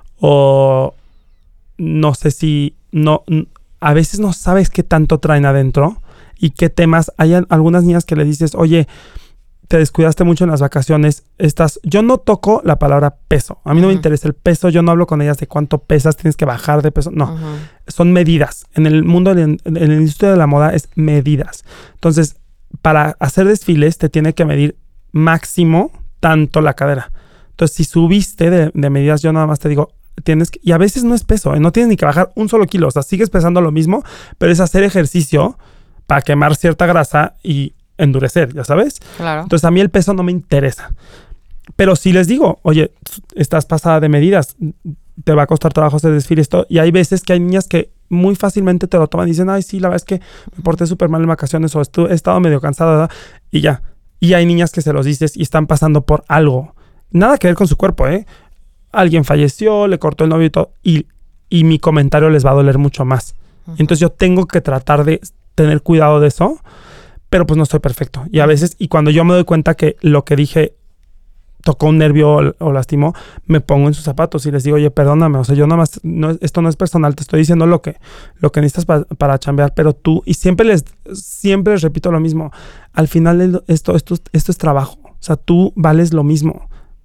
o no sé si no a veces no sabes qué tanto traen adentro y qué temas. Hay algunas niñas que le dices, oye, te descuidaste mucho en las vacaciones, estás, yo no toco la palabra peso, a mí no uh-huh. me interesa el peso, yo no hablo con ellas de cuánto pesas, tienes que bajar de peso, no, uh-huh. son medidas, en el mundo, de, en la industria de la moda es medidas, entonces, para hacer desfiles te tiene que medir máximo tanto la cadera, entonces si subiste de, de medidas, yo nada más te digo, tienes que, y a veces no es peso, ¿eh? No tienes ni que bajar un solo kilo, o sea, sigues pesando lo mismo, pero es hacer ejercicio para quemar cierta grasa y endurecer, ya sabes. Claro. Entonces a mí el peso no me interesa. Pero si les digo, oye, estás pasada de medidas, te va a costar trabajo hacer desfile esto. Y hay veces que hay niñas que muy fácilmente te lo toman y dicen, ay, sí, la verdad es que me porté súper mal en vacaciones o estu- he estado medio cansada, ¿verdad? Y ya. Y hay niñas que se los dices y están pasando por algo. Nada que ver con su cuerpo, ¿eh? Alguien falleció, le cortó el novio y todo. Y, y mi comentario les va a doler mucho más. Uh-huh. Entonces yo tengo que tratar de tener cuidado de eso. Pero pues no estoy perfecto. Y a veces, y cuando yo me doy cuenta que lo que dije tocó un nervio o, o lastimó, me pongo en sus zapatos y les digo, oye, perdóname, o sea, yo nada más, no, esto no es personal, te estoy diciendo lo que, lo que necesitas pa, para chambear, pero tú, y siempre les, siempre les repito lo mismo, al final esto, esto, esto es trabajo, o sea, tú vales lo mismo.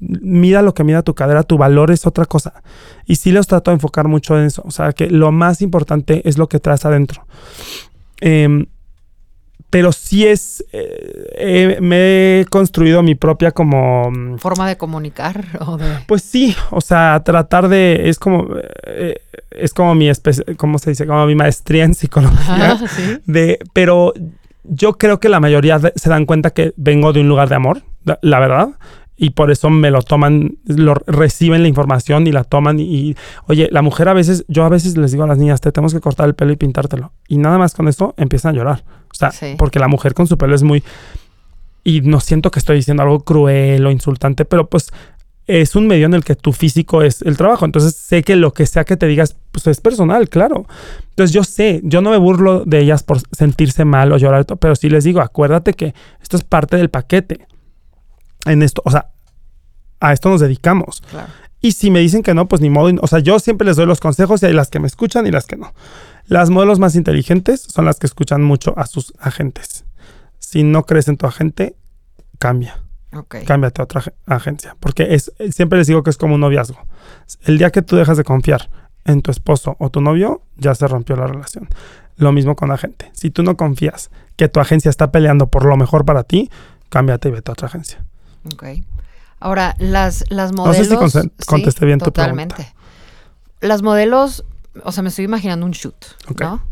mida lo que mida tu cadera, tu valor es otra cosa. Y sí los trato de enfocar mucho en eso. O sea, que lo más importante es lo que traes adentro. Eh, pero sí es... Eh, eh, me he construido mi propia como... ¿Forma de comunicar? ¿O de... Pues sí, o sea, tratar de... Es como... Eh, es como mi... Espe- ¿Cómo se dice? Como mi maestría en psicología. Ah, ¿sí? De, pero yo creo que la mayoría de, se dan cuenta que vengo de un lugar de amor, la, la verdad. Y por eso me lo toman, lo reciben la información y la toman. Y, y, oye, la mujer a veces, yo a veces les digo a las niñas, te tenemos que cortar el pelo y pintártelo. Y nada más con eso empiezan a llorar. O sea, sí. Porque la mujer con su pelo es muy... Y no siento que estoy diciendo algo cruel o insultante, pero pues es un medio en el que tu físico es el trabajo. Entonces sé que lo que sea que te digas, pues es personal, claro. Entonces yo sé, yo no me burlo de ellas por sentirse mal o llorar, pero sí les digo, acuérdate que esto es parte del paquete. En esto, o sea, a esto nos dedicamos. Claro. Y si me dicen que no, pues ni modo. O sea, yo siempre les doy los consejos y hay las que me escuchan y las que no. Las modelos más inteligentes son las que escuchan mucho a sus agentes. Si no crees en tu agente, cambia. Okay. Cámbiate a otra ag- agencia. Porque es, siempre les digo que es como un noviazgo. El día que tú dejas de confiar en tu esposo o tu novio, ya se rompió la relación. Lo mismo con agente. Si tú no confías que tu agencia está peleando por lo mejor para ti, cámbiate y vete a otra agencia. Ok. Ahora, las, las modelos... No sé si conse- contesté sí, bien tu totalmente. pregunta. Las modelos, o sea, me estoy imaginando un shoot, Okay. ¿no?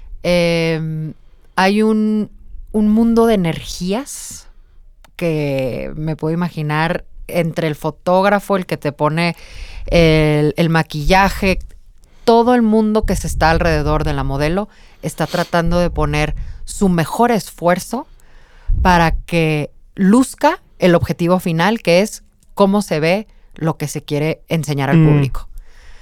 Eh, hay un, un mundo de energías que me puedo imaginar entre el fotógrafo, el que te pone el, el maquillaje, todo el mundo que se está alrededor de la modelo está tratando de poner su mejor esfuerzo para que luzca el objetivo final, que es cómo se ve lo que se quiere enseñar al Mm. público.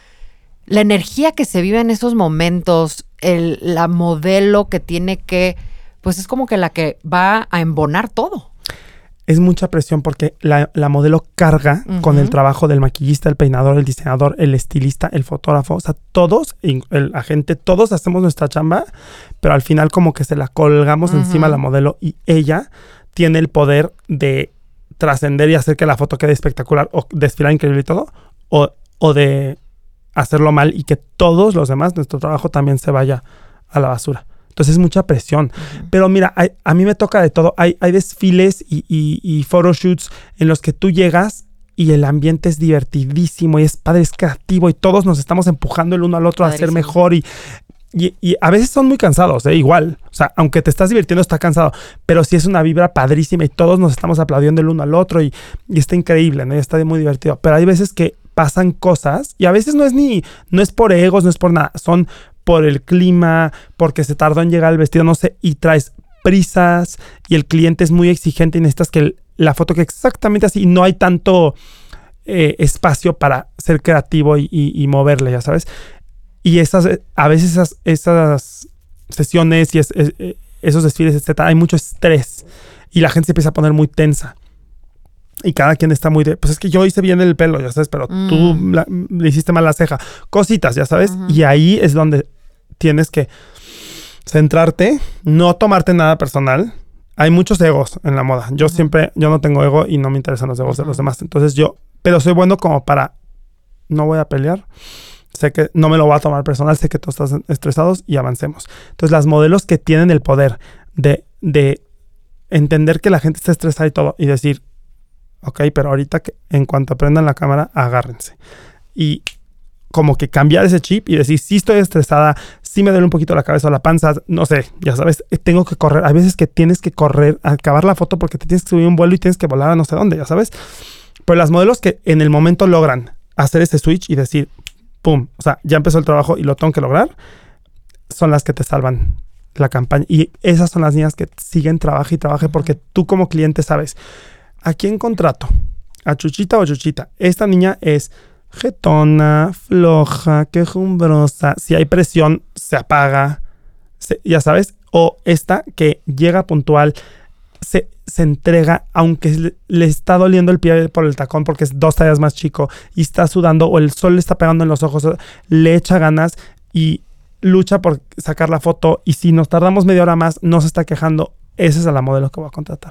La energía que se vive en esos momentos, el, la modelo que tiene que, pues es como que la que va a embonar todo. Es mucha presión porque la, la modelo carga uh-huh. con el trabajo del maquillista, el peinador, el diseñador, el estilista, el fotógrafo. O sea, todos, el agente, todos hacemos nuestra chamba, pero al final como que se la colgamos uh-huh. encima a la modelo y ella tiene el poder de trascender y hacer que la foto quede espectacular o desfilar increíble y todo, o, o de hacerlo mal y que todos los demás, nuestro trabajo también se vaya a la basura. Entonces es mucha presión. Uh-huh. Pero mira, hay, a mí me toca de todo. Hay, hay desfiles y, y, y photoshoots en los que tú llegas y el ambiente es divertidísimo y es padre, es creativo y todos nos estamos empujando el uno al otro Padrísimo. A ser mejor y... Y, y a veces son muy cansados, ¿eh? Igual. O sea, aunque te estás divirtiendo, está cansado. Pero sí es una vibra padrísima y todos nos estamos aplaudiendo el uno al otro y, y está increíble, ¿no? Y está muy divertido. Pero hay veces que pasan cosas y a veces no es ni... No es por egos, no es por nada. Son por el clima, porque se tardó en llegar el vestido, no sé. Y traes prisas y el cliente es muy exigente y necesitas que el, la foto quede exactamente así. Y no hay tanto eh, espacio para ser creativo y, y, y moverle, ya sabes. Y esas, a veces esas, esas sesiones y es, es, esos desfiles, etcétera, hay mucho estrés y la gente se empieza a poner muy tensa. Y cada quien está muy de, pues es que yo hice bien el pelo, ya sabes, pero mm. tú la, le hiciste mal la ceja. Cositas, ya sabes. Uh-huh. Y ahí es donde tienes que centrarte, no tomarte nada personal. Hay muchos egos en la moda. Yo uh-huh. siempre, yo no tengo ego y no me interesan los egos uh-huh. de los demás. Entonces yo, pero soy bueno como para, no voy a pelear. Sé que no me lo voy a tomar personal, sé que todos están estresados y avancemos. Entonces, las modelos que tienen el poder de, de entender que la gente está estresada y todo, y decir, ok, pero ahorita que en cuanto aprendan la cámara, agárrense. Y como que cambiar ese chip y decir, sí estoy estresada, sí me duele un poquito la cabeza o la panza, no sé, ya sabes, tengo que correr. Hay veces que tienes que correr, a acabar la foto porque te tienes que subir un vuelo y tienes que volar a no sé dónde, ya sabes. Pero las modelos que en el momento logran hacer ese switch y decir, pum, o sea, ya empezó el trabajo y lo tengo que lograr, son las que te salvan la campaña. Y esas son las niñas que siguen trabajo y trabajo porque tú como cliente sabes, ¿a quién contrato? ¿A Chuchita o Chuchita? Esta niña es jetona, floja, quejumbrosa. Si hay presión, se apaga, se, ya sabes. O esta que llega puntual, se, se entrega, aunque le, le está doliendo el pie por el tacón porque es dos tallas más chico y está sudando o el sol le está pegando en los ojos, le echa ganas y lucha por sacar la foto y si nos tardamos media hora más, no se está quejando. Esa es a la modelo que voy a contratar.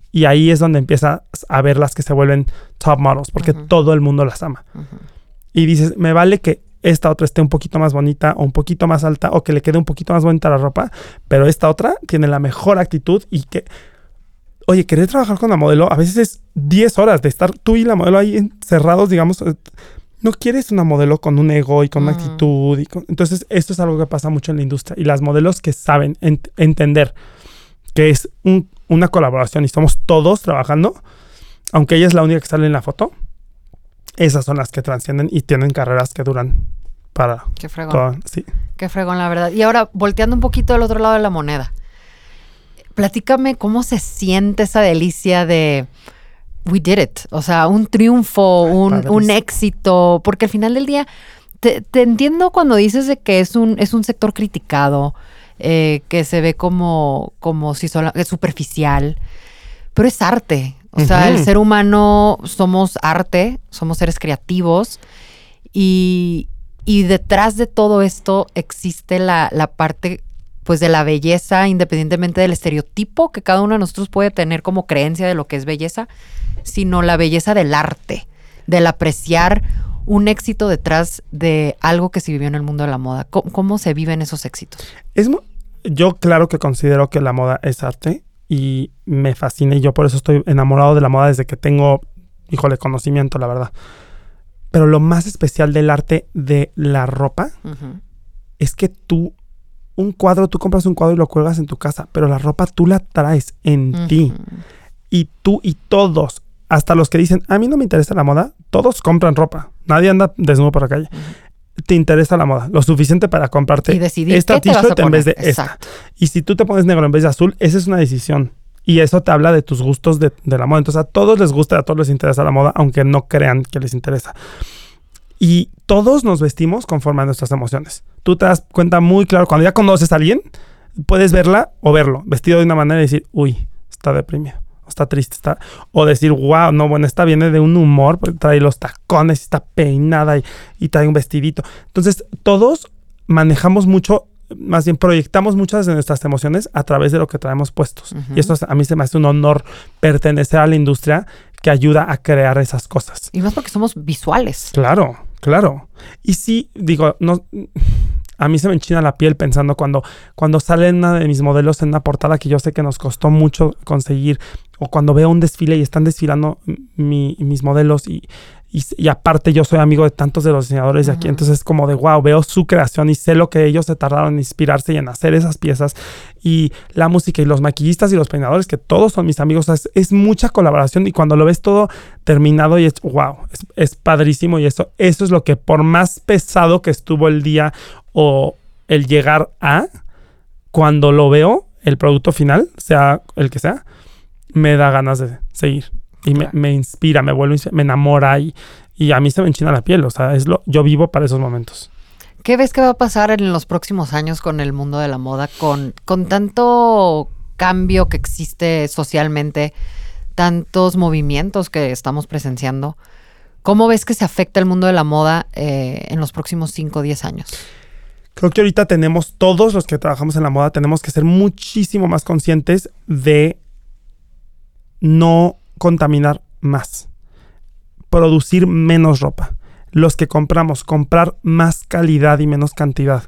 Y ahí es donde empiezas a ver las que se vuelven top models, porque uh-huh. todo el mundo las ama. Uh-huh. Y dices, me vale que esta otra esté un poquito más bonita o un poquito más alta o que le quede un poquito más bonita la ropa, pero esta otra tiene la mejor actitud y que, oye, querer trabajar con la modelo a veces es diez horas de estar tú y la modelo ahí encerrados, digamos. No quieres una modelo con un ego y con una uh-huh. actitud. Y con, entonces, esto es algo que pasa mucho en la industria. Y las modelos que saben ent- entender que es un, una colaboración y somos todos trabajando, aunque ella es la única que sale en la foto, esas son las que trascienden y tienen carreras que duran para... Qué fregón. Toda, sí. Qué fregón, la verdad. Y ahora, volteando un poquito del otro lado de la moneda, platícame cómo se siente esa delicia de... We did it. O sea, un triunfo, un, un éxito. Porque al final del día, te, te entiendo cuando dices de que es un, es un sector criticado, eh, que se ve como, como si solo, es superficial, pero es arte. O sea, uh-huh. el ser humano somos arte, somos seres creativos y, y detrás de todo esto existe la, la parte pues de la belleza, independientemente del estereotipo que cada uno de nosotros puede tener como creencia de lo que es belleza, sino la belleza del arte, del apreciar un éxito detrás de algo que se vivió en el mundo de la moda. ¿Cómo, cómo se viven esos éxitos? Es, yo claro que considero que la moda es arte. Y me fascina y yo por eso estoy enamorado de la moda desde que tengo, híjole, conocimiento, la verdad. Pero lo más especial del arte de la ropa uh-huh. es que tú, un cuadro, tú compras un cuadro y lo cuelgas en tu casa, pero la ropa tú la traes en uh-huh. ti. Y tú y todos, hasta los que dicen, a mí no me interesa la moda, todos compran ropa. Nadie anda desnudo por la calle. Uh-huh. Te interesa la moda, lo suficiente para comprarte esta t-shirt en vez de Exacto. esta. Y si tú te pones negro en vez de azul, esa es una decisión. Y eso te habla de tus gustos de, de la moda. Entonces a todos les gusta, a todos les interesa la moda, aunque no crean que les interesa. Y todos nos vestimos conforme a nuestras emociones. Tú te das cuenta muy claro, cuando ya conoces a alguien, puedes verla o verlo, vestido de una manera y decir, uy, está deprimido. Está triste, está... O decir, wow, no, bueno, esta viene de un humor, trae los tacones, está peinada y, y trae un vestidito. Entonces, todos manejamos mucho, más bien proyectamos muchas de nuestras emociones a través de lo que traemos puestos. Uh-huh. Y eso a mí se me hace un honor pertenecer a la industria que ayuda a crear esas cosas. Y más porque somos visuales. Claro, claro. Y sí, digo, no... A mí se me enchina la piel pensando cuando, cuando sale una de mis modelos en una portada que yo sé que nos costó mucho conseguir, o cuando veo un desfile y están desfilando mi, mis modelos y, y, y aparte yo soy amigo de tantos de los diseñadores de aquí, uh-huh. entonces es como de wow, veo su creación y sé lo que ellos se tardaron en inspirarse y en hacer esas piezas y la música y los maquillistas y los peinadores, que todos son mis amigos, o sea, es, es mucha colaboración y cuando lo ves todo terminado y es wow, es, es padrísimo y eso, eso es lo que por más pesado que estuvo el día o el llegar a, cuando lo veo, el producto final, sea el que sea, me da ganas de seguir. Y me, me inspira, me vuelve, me enamora y, y a mí se me enchina la piel. O sea, es lo, yo vivo para esos momentos. ¿Qué ves que va a pasar en los próximos años con el mundo de la moda? Con, con tanto cambio que existe socialmente, tantos movimientos que estamos presenciando. ¿Cómo ves que se afecta el mundo de la moda eh, en los próximos cinco o diez años? Creo que ahorita tenemos, todos los que trabajamos en la moda, tenemos que ser muchísimo más conscientes de no contaminar más. Producir menos ropa. Los que compramos, comprar más calidad y menos cantidad.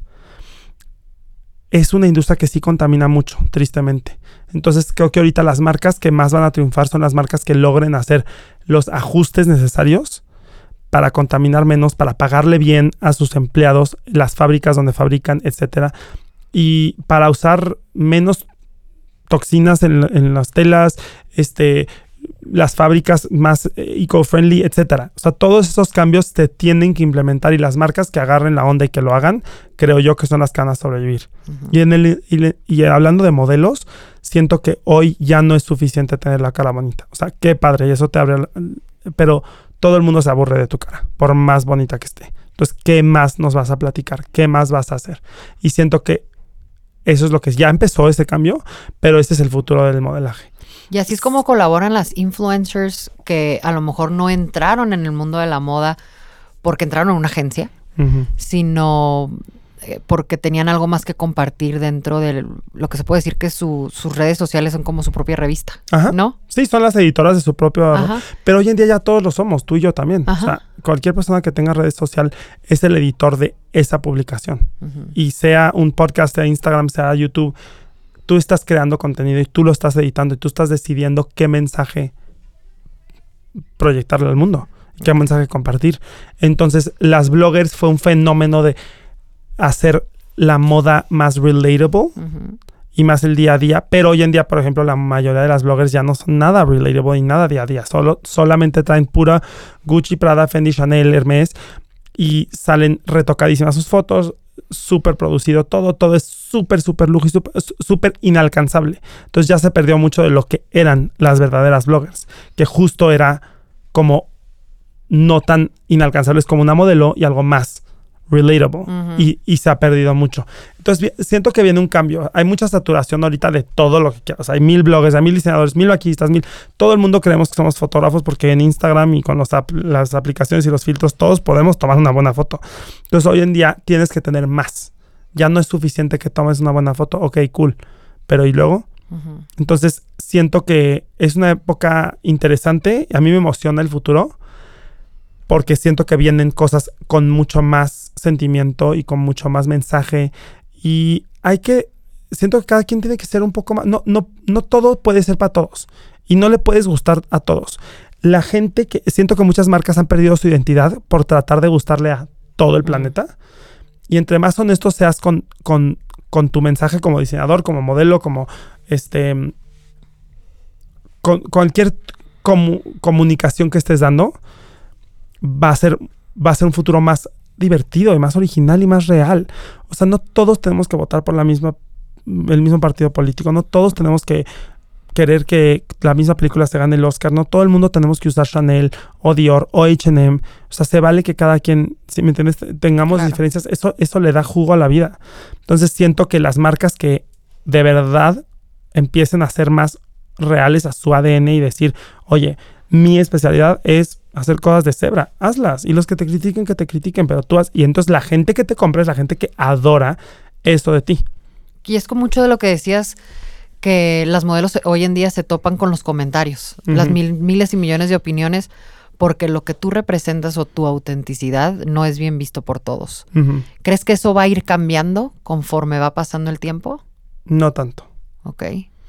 Es una industria que sí contamina mucho, tristemente. Entonces creo que ahorita las marcas que más van a triunfar son las marcas que logren hacer los ajustes necesarios para contaminar menos, para pagarle bien a sus empleados, las fábricas donde fabrican, etcétera. Y para usar menos toxinas en, en las telas, este, las fábricas más eco-friendly, etcétera. O sea, todos esos cambios se tienen que implementar y las marcas que agarren la onda y que lo hagan, creo yo que son las que van a sobrevivir. Uh-huh. Y, en el, y, y hablando de modelos, siento que hoy ya no es suficiente tener la cara bonita. O sea, qué padre, y eso te abre... Pero todo el mundo se aburre de tu cara, por más bonita que esté. Entonces, ¿qué más nos vas a platicar? ¿Qué más vas a hacer? Y siento que eso es lo que ya empezó ese cambio, pero este es el futuro del modelaje. Y así es como colaboran las influencers que a lo mejor no entraron en el mundo de la moda porque entraron en una agencia, uh-huh. sino eh, porque tenían algo más que compartir dentro de lo que se puede decir que su, sus redes sociales son como su propia revista, Ajá. ¿no? Sí, son las editoras de su propio... Ajá. Pero hoy en día ya todos lo somos, tú y yo también. Ajá. O sea, cualquier persona que tenga redes social es el editor de esa publicación. Uh-huh. Y sea un podcast, sea Instagram, sea YouTube, tú estás creando contenido y tú lo estás editando y tú estás decidiendo qué mensaje proyectarle al mundo, qué mensaje compartir. Entonces, las bloggers fue un fenómeno de hacer la moda más relatable uh-huh. y más el día a día, pero hoy en día, por ejemplo, la mayoría de las bloggers ya no son nada relatable y nada día a día, solo, solamente traen pura Gucci, Prada, Fendi, Chanel, Hermès y salen retocadísimas sus fotos, súper producido, todo, todo es súper, súper lujo y súper, súper inalcanzable. Entonces ya se perdió mucho de lo que eran las verdaderas bloggers, que justo era como no tan inalcanzables como una modelo y algo más relatable. Uh-huh. y, y se ha perdido mucho. Entonces siento que viene un cambio. Hay mucha saturación ahorita de todo lo que quieras. O sea, hay mil bloggers, hay mil diseñadores, mil maquillistas, mil... Todo el mundo creemos que somos fotógrafos porque en Instagram y con los ap- las aplicaciones y los filtros todos podemos tomar una buena foto. Entonces hoy en día tienes que tener más. Ya no es suficiente que tomes una buena foto. Ok, cool. Pero ¿y luego? Uh-huh. Entonces siento que es una época interesante. A mí me emociona el futuro porque siento que vienen cosas con mucho más sentimiento y con mucho más mensaje. Y hay que... Siento que cada quien tiene que ser un poco más... No, no, no todo puede ser para todos. Y no le puedes gustar a todos. La gente que... Siento que muchas marcas han perdido su identidad por tratar de gustarle a todo el planeta. Y entre más honesto seas con, con, con tu mensaje como diseñador, como modelo, como... este con cualquier comu- comunicación que estés dando, va a ser, va a ser un futuro más divertido y más original y más real. O sea, no todos tenemos que votar por la misma, el mismo partido político. No todos tenemos que querer que la misma película se gane el Oscar. No todo el mundo tenemos que usar Chanel o Dior o H and M. O sea, se vale que cada quien, si me entiendes, tengamos claro. diferencias. Eso, eso le da jugo a la vida. Entonces siento que las marcas que de verdad empiecen a ser más reales a su A D N y decir, oye, mi especialidad es hacer cosas de cebra, hazlas. Y los que te critiquen, que te critiquen, pero tú haz. Y entonces la gente que te compra es la gente que adora esto de ti. Y es con mucho de lo que decías, que las modelos hoy en día se topan con los comentarios, uh-huh. las mil, miles y millones de opiniones, porque lo que tú representas o tu autenticidad no es bien visto por todos. Uh-huh. ¿Crees que eso va a ir cambiando conforme va pasando el tiempo? No tanto. Ok.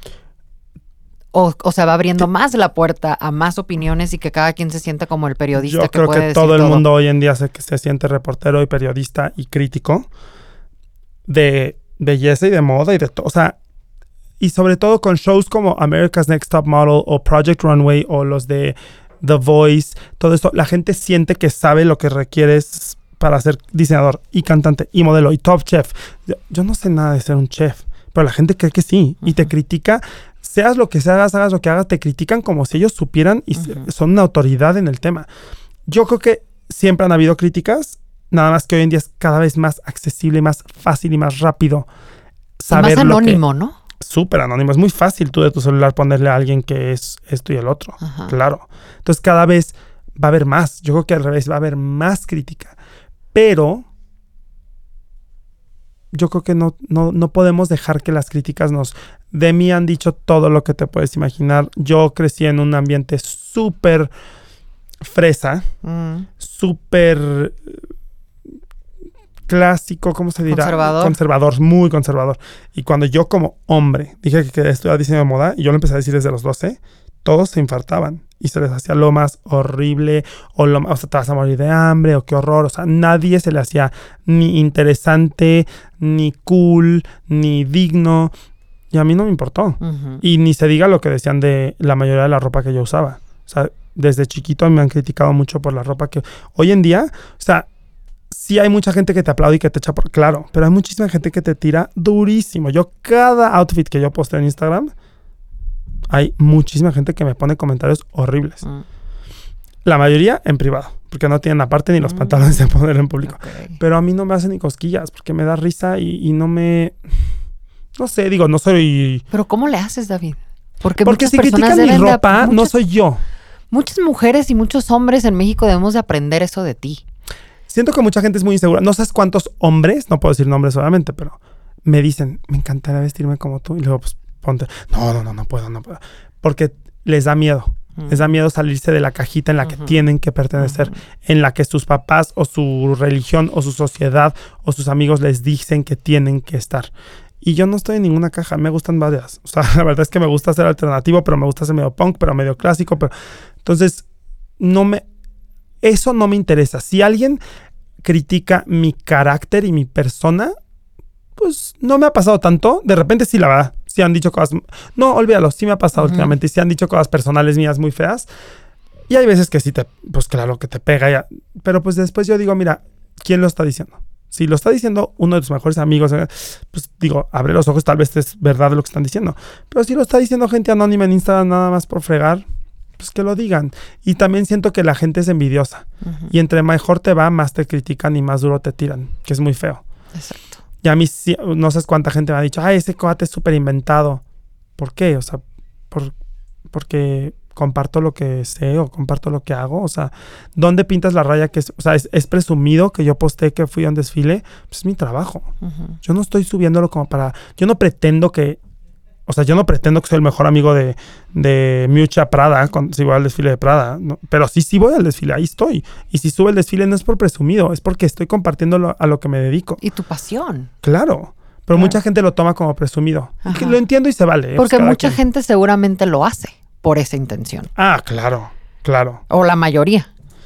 O, o sea, va abriendo más la puerta a más opiniones y que cada quien se sienta como el periodista Yo que creo puede que decir todo el todo. mundo hoy en día se, se siente reportero y periodista y crítico de belleza y de moda y de todo. O sea, y sobre todo con shows como America's Next Top Model o Project Runway o los de The Voice, todo esto, la gente siente que sabe lo que requieres para ser diseñador y cantante y modelo y top chef. Yo, yo no sé nada de ser un chef, pero la gente cree que sí uh-huh. y te critica. Seas lo que seas, hagas lo que hagas, te critican como si ellos supieran y uh-huh. son una autoridad en el tema. Yo creo que siempre han habido críticas, nada más que hoy en día es cada vez más accesible, más fácil y más rápido saber más anónimo, lo que, ¿no? Súper anónimo. Es muy fácil tú de tu celular ponerle a alguien que es esto y el otro. Uh-huh. Claro. Entonces cada vez va a haber más. Yo creo que al revés va a haber más crítica. Pero yo creo que no, no, no podemos dejar que las críticas nos... De mí han dicho todo lo que te puedes imaginar. Yo crecí en un ambiente súper fresa, mm. súper clásico, ¿cómo se dirá? Conservador. Conservador, muy conservador. Y cuando yo como hombre dije que quería estudiar diseño de moda, y yo lo empecé a decir desde los doce, todos se infartaban. Y se les hacía lo más horrible, o, lo, o sea, te vas a morir de hambre, o qué horror. O sea, nadie se le hacía ni interesante, ni cool, ni digno. Y a mí no me importó. Uh-huh. Y ni se diga lo que decían de la mayoría de la ropa que yo usaba. O sea, desde chiquito me han criticado mucho por la ropa que... Hoy en día, o sea, sí hay mucha gente que te aplaude y que te echa por... Claro, pero hay muchísima gente que te tira durísimo. Yo, cada outfit que yo posteo en Instagram, hay muchísima gente que me pone comentarios horribles. Uh-huh. La mayoría en privado, porque no tienen aparte ni los uh-huh. pantalones de poner en público. Okay. Pero a mí no me hacen ni cosquillas, porque me da risa y, y no me... No sé, digo, no soy... ¿Pero cómo le haces, David? Porque, Porque si critican mi ropa, de... muchas, no soy yo. Muchas mujeres y muchos hombres en México debemos de aprender eso de ti. siento que mucha gente es muy insegura. No sabes cuántos hombres, no puedo decir nombres obviamente, pero me dicen, me encantaría vestirme como tú. Y luego, pues, ponte, no, no, no, no puedo, no puedo. Porque les da miedo. Uh-huh. Les da miedo salirse de la cajita en la uh-huh. que tienen que pertenecer, uh-huh. en la que sus papás o su religión o su sociedad o sus amigos les dicen que tienen que estar. Y yo no estoy en ninguna caja, me gustan varias. O sea, la verdad es que me gusta ser alternativo, pero me gusta ser medio punk, pero medio clásico. Pero entonces, no me... Eso no me interesa. Si alguien critica mi carácter y mi persona, pues no me ha pasado tanto. De repente sí, la verdad, sí han dicho cosas... No, olvídalo, sí me ha pasado uh-huh. últimamente. Y sí han dicho cosas personales mías muy feas. Y hay veces que sí te... Pues claro, que te pega ya. Pero pues después yo digo, mira, ¿quién lo está diciendo? Si lo está diciendo uno de tus mejores amigos, pues digo, abre los ojos, tal vez es verdad lo que están diciendo. Pero si lo está diciendo gente anónima en Instagram nada más por fregar, pues que lo digan. Y también siento que la gente es envidiosa. Uh-huh. Y entre mejor te va, más te critican y más duro te tiran, que es muy feo. Exacto. Y a mí no sé cuánta gente me ha dicho, ay, ese cuate es súper inventado. ¿Por qué? O sea, por, porque... comparto lo que sé o comparto lo que hago, o sea, ¿dónde pintas la raya? Que es, o sea, es, es presumido que yo posté que fui a un desfile, pues es mi trabajo. Uh-huh. Yo no estoy subiéndolo como para, yo no pretendo que, o sea, yo no pretendo que soy el mejor amigo de, de Miuccia Prada cuando si voy al desfile de Prada, ¿no? Pero sí, sí voy al desfile, ahí estoy. Y si sube el desfile no es por presumido, es porque estoy compartiendo lo, a lo que me dedico. Y tu pasión. Claro. Pero claro. Mucha gente lo toma como presumido. Que lo entiendo y se vale. Porque pues mucha quien. gente seguramente lo hace por esa intención. Ah, claro, claro. O la mayoría.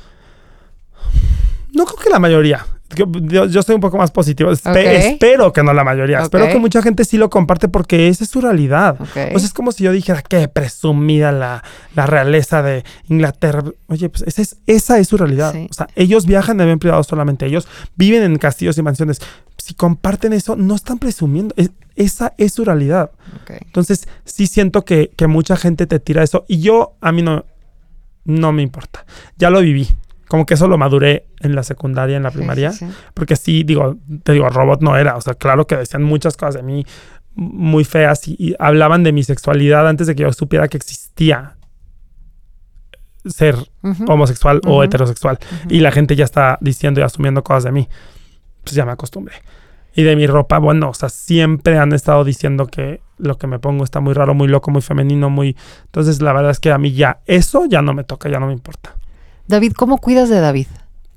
No creo que la mayoría. Yo, yo soy un poco más positivo. Espe- okay. Espero que no la mayoría. Okay. Espero que mucha gente sí lo comparte porque esa es su realidad. Okay. O sea, es como si yo dijera que presumida la, la realeza de Inglaterra. Oye, pues esa es, esa es su realidad. Sí. O sea, ellos viajan de avión privado solamente. Ellos viven en castillos y mansiones. Si comparten eso, no están presumiendo. Es, esa es su realidad. Okay. Entonces, sí siento que, que mucha gente te tira eso. Y yo, a mí no, no me importa. Ya lo viví. Como que eso lo maduré en la secundaria, en la primaria. Sí, sí, sí. Porque sí, digo, te digo, robot no era. O sea, claro que decían muchas cosas de mí muy feas y, y hablaban de mi sexualidad antes de que yo supiera que existía ser uh-huh. homosexual uh-huh. o heterosexual. Uh-huh. Y la gente ya está diciendo y asumiendo cosas de mí. Pues ya me acostumbré. Y de mi ropa, bueno, o sea, siempre han estado diciendo que lo que me pongo está muy raro, muy loco, muy femenino, muy... Entonces, la verdad es que a mí ya eso ya no me toca, ya no me importa. David, ¿cómo cuidas de David?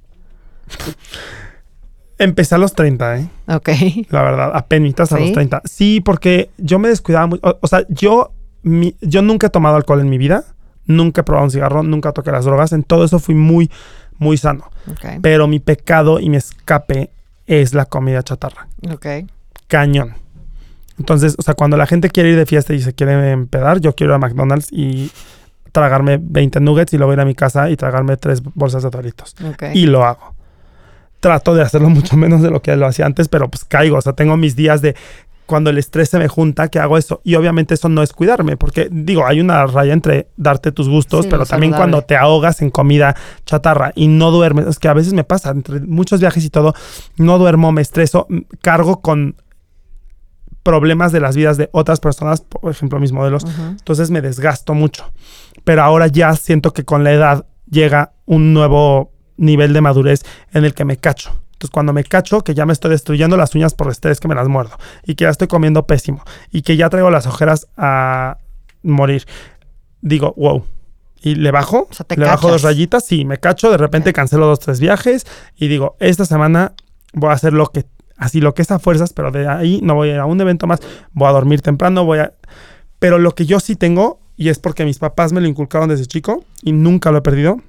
Empecé a los treinta, ¿eh? Ok. La verdad, apenitas a ¿Sí? los treinta. Sí, porque yo me descuidaba mucho. O, o sea, yo, mi, yo nunca he tomado alcohol en mi vida. Nunca he probado un cigarro, nunca toqué las drogas. En todo eso fui muy, muy sano. Okay. Pero mi pecado y mi escape es la comida chatarra. Ok. Cañón. Entonces, o sea, cuando la gente quiere ir de fiesta y se quiere empedar, yo quiero ir a McDonald's y tragarme veinte nuggets y luego ir a mi casa y tragarme tres bolsas de Doritos. Okay. Y lo hago. Trato de hacerlo mucho menos de lo que lo hacía antes, pero pues caigo. O sea, tengo mis días de cuando el estrés se me junta, que hago eso. Y obviamente eso no es cuidarme, porque digo, hay una raya entre darte tus gustos, sí, pero también saludable. Cuando te ahogas en comida chatarra y no duermes. Es que a veces me pasa, entre muchos viajes y todo, no duermo, me estreso, cargo con problemas de las vidas de otras personas, por ejemplo, mis modelos. Uh-huh. Entonces me desgasto mucho. Pero ahora ya siento que con la edad llega un nuevo nivel de madurez en el que me cacho. Entonces, cuando me cacho que ya me estoy destruyendo las uñas por estrés que me las muerdo y que ya estoy comiendo pésimo y que ya traigo las ojeras a morir, digo, wow. Y le bajo, o sea, le cachas. Bajo dos rayitas, sí, me cacho, de repente okay. cancelo dos, tres viajes y digo, esta semana voy a hacer lo que, así lo que es a fuerzas, pero de ahí no voy a ir a un evento más, voy a dormir temprano, voy a... Pero lo que yo sí tengo, y es porque mis papás me lo inculcaron desde chico y nunca lo he perdido,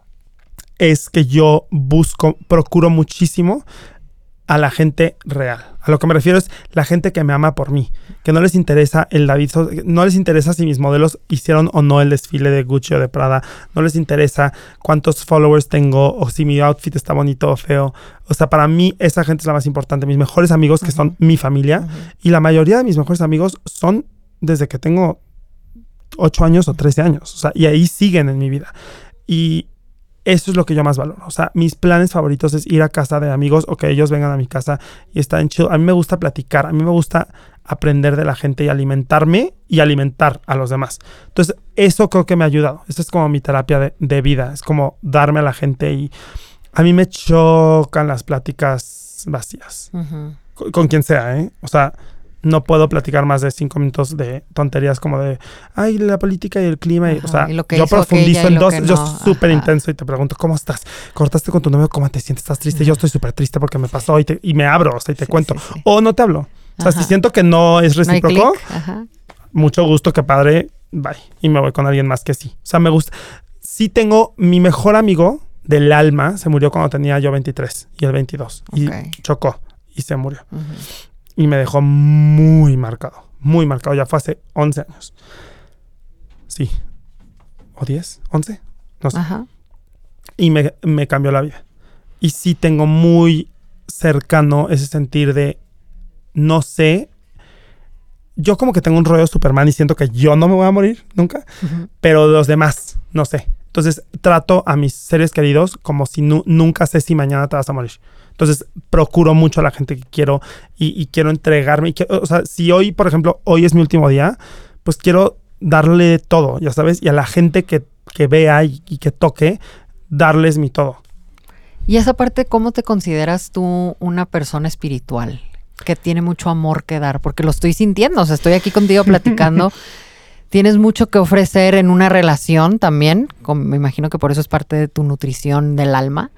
es que yo busco, procuro muchísimo a la gente real. A lo que me refiero es la gente que me ama por mí, que no les interesa el David, no les interesa si mis modelos hicieron o no el desfile de Gucci o de Prada, no les interesa cuántos followers tengo o si mi outfit está bonito o feo. O sea, para mí esa gente es la más importante. Mis mejores amigos, que uh-huh. son mi familia, uh-huh. y la mayoría de mis mejores amigos son desde que tengo ocho años o trece años. O sea, y ahí siguen en mi vida. Y eso es lo que yo más valoro. O sea, mis planes favoritos es ir a casa de amigos o que ellos vengan a mi casa y estar en chill. A mí me gusta platicar, a mí me gusta aprender de la gente y alimentarme y alimentar a los demás. Entonces, eso creo que me ha ayudado. Eso es como mi terapia de, de vida. Es como darme a la gente y A mí me chocan las pláticas vacías. Uh-huh. Con, con quien sea, ¿eh? O sea, no puedo platicar más de cinco minutos de tonterías como de, ay, la política y el clima. Y, Ajá, o sea, y lo que yo hizo profundizo aquella y en lo dos. que Yo no. súper Ajá. intenso y te pregunto, ¿cómo estás? ¿Cortaste con tu novio? ¿Cómo te sientes? ¿Estás triste? Ujú. Yo estoy súper triste porque me pasó y, te, y me abro, o sea, y te Sí, cuento. sí, sí. O no te hablo. O sea, Ajá. si siento que no es No hay recíproco, clic. Ajá. mucho gusto, que padre, bye. Y me voy con alguien más que sí. O sea, me gusta. Sí tengo mi mejor amigo del alma, se murió cuando tenía yo veintitrés y él veintidós. Y Ok. chocó y se murió. Uh-huh. Y me dejó muy marcado, muy marcado. Ya fue hace once años. Sí. ¿O diez? ¿once? No sé. Ajá. Y me, me cambió la vida. Y sí tengo muy cercano ese sentir de no sé. Yo como que tengo un rollo de Superman y siento que yo no me voy a morir nunca, Uh-huh. pero los demás, no sé. Entonces trato a mis seres queridos como si nu- nunca sé si mañana te vas a morir. Entonces procuro mucho a la gente que quiero y, y quiero entregarme. Y quiero, o sea, si hoy, por ejemplo, hoy es mi último día, pues quiero darle todo, ya sabes, y a la gente que, que vea y, y que toque, darles mi todo. Y esa parte, ¿cómo te consideras tú una persona espiritual que tiene mucho amor que dar? Porque lo estoy sintiendo, o sea, estoy aquí contigo platicando. Tienes mucho que ofrecer en una relación también, como me imagino que por eso es parte de tu nutrición del alma.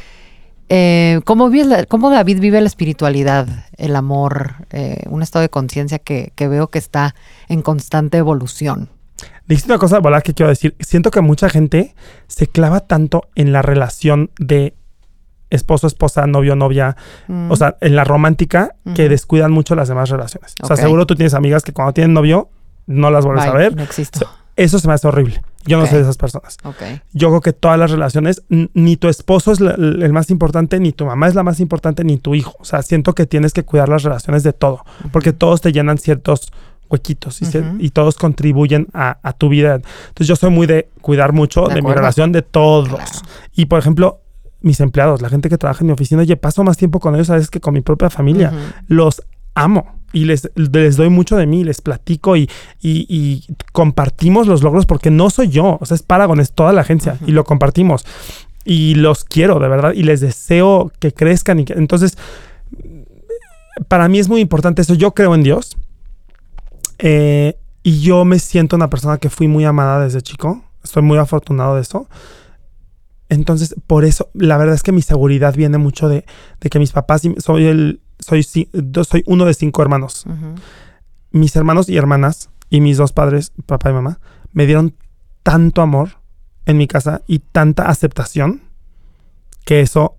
Eh, ¿cómo, vives la- ¿Cómo David vive la espiritualidad, el amor, eh, un estado de conciencia que, que veo que está en constante evolución? Dijiste una cosa, ¿verdad? Que quiero decir. Siento que mucha gente se clava tanto en la relación de esposo, esposa, novio, novia, Mm. o sea, en la romántica, que Ujú. descuidan mucho las demás relaciones. O sea, Ok. seguro tú tienes amigas que cuando tienen novio no las vuelves Bye, a ver. no existo. So- Eso se me hace horrible. Yo Ok. no soy de esas personas. Ok. Yo creo que todas las relaciones, n- ni tu esposo es la- el más importante, ni tu mamá es la más importante, ni tu hijo. O sea, siento que tienes que cuidar las relaciones de todo, porque todos te llenan ciertos huequitos y, se- Ujú. y todos contribuyen a, a tu vida. Entonces yo soy muy de cuidar mucho De de, mi acuerdo. relación de todos. Claro. Y por ejemplo, mis empleados, la gente que trabaja en mi oficina, oye, paso más tiempo con ellos a veces que con mi propia familia. Ujú. Los amo y les, les doy mucho de mí, les platico y, y, y compartimos los logros porque no soy yo, o sea, es Paragon, es toda la agencia. Ujú. Y lo compartimos y los quiero de verdad y les deseo que crezcan y que, entonces para mí es muy importante eso. Yo creo en Dios eh, y yo me siento una persona que fui muy amada desde chico, estoy muy afortunado de eso. Entonces, por eso, la verdad es que mi seguridad viene mucho de, de que mis papás, y soy el, soy, ci- yo soy uno de cinco hermanos. Ujú. Mis hermanos y hermanas y mis dos padres, papá y mamá, me dieron tanto amor en mi casa y tanta aceptación que eso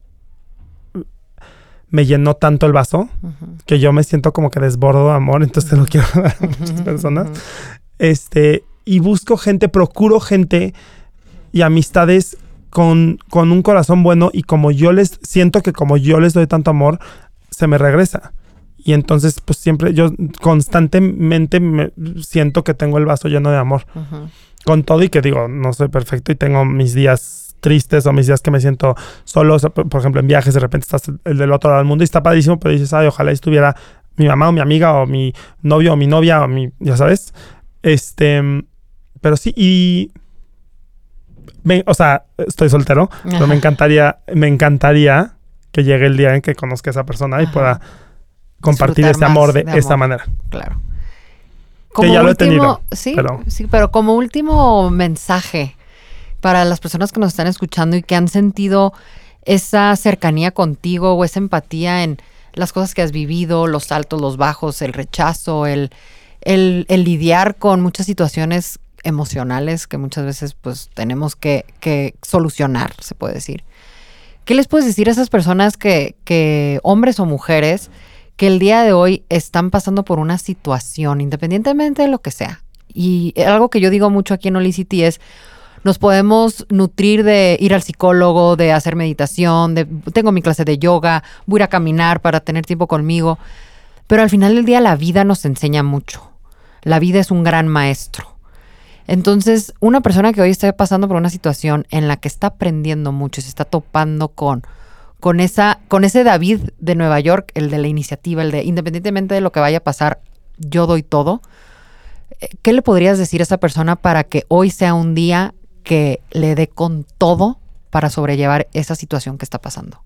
me llenó tanto el vaso Ujú. que yo me siento como que desbordo de amor, entonces se lo quiero dar a muchas personas. Ujú. Este, y busco gente, procuro gente y amistades con, con un corazón bueno y como yo les, siento que como yo les doy tanto amor, se me regresa. Y entonces, pues siempre, yo constantemente me siento que tengo el vaso lleno de amor. Ujú. Con todo y que digo, no soy perfecto y tengo mis días tristes o mis días que me siento solo. O sea, por por ejemplo, en viajes de repente estás el del otro lado del mundo y está padrísimo, pero dices, ay, ojalá estuviera mi mamá o mi amiga o mi novio o mi novia o mi, ya sabes. Este, pero sí, y... me- o sea, estoy soltero, pero me Ajá. encantaría, me encantaría que llegue el día en que conozca a esa persona y Ajá. pueda compartir Disfrutar ese más amor de, de esta amor. manera. Claro. ya lo he tenido, sí, pero- sí, pero como último mensaje para las personas que nos están escuchando y que han sentido esa cercanía contigo o esa empatía en las cosas que has vivido, los altos, los bajos, el rechazo, el, el, el lidiar con muchas situaciones emocionales que muchas veces pues tenemos que, que solucionar, se puede decir. ¿Qué les puedes decir a esas personas que, que, hombres o mujeres, que el día de hoy están pasando por una situación, independientemente de lo que sea? Y algo que yo digo mucho aquí en Olicity es, nos podemos nutrir de ir al psicólogo, de hacer meditación, de tengo mi clase de yoga, voy a ir a caminar para tener tiempo conmigo, pero al final del día la vida nos enseña mucho. La vida es un gran maestro. Entonces, una persona que hoy esté pasando por una situación en la que está aprendiendo mucho, se está topando con, con, esa, con ese David de Nueva York, el de la iniciativa, el de independientemente de lo que vaya a pasar, yo doy todo. ¿Qué le podrías decir a esa persona para que hoy sea un día que le dé con todo para sobrellevar esa situación que está pasando?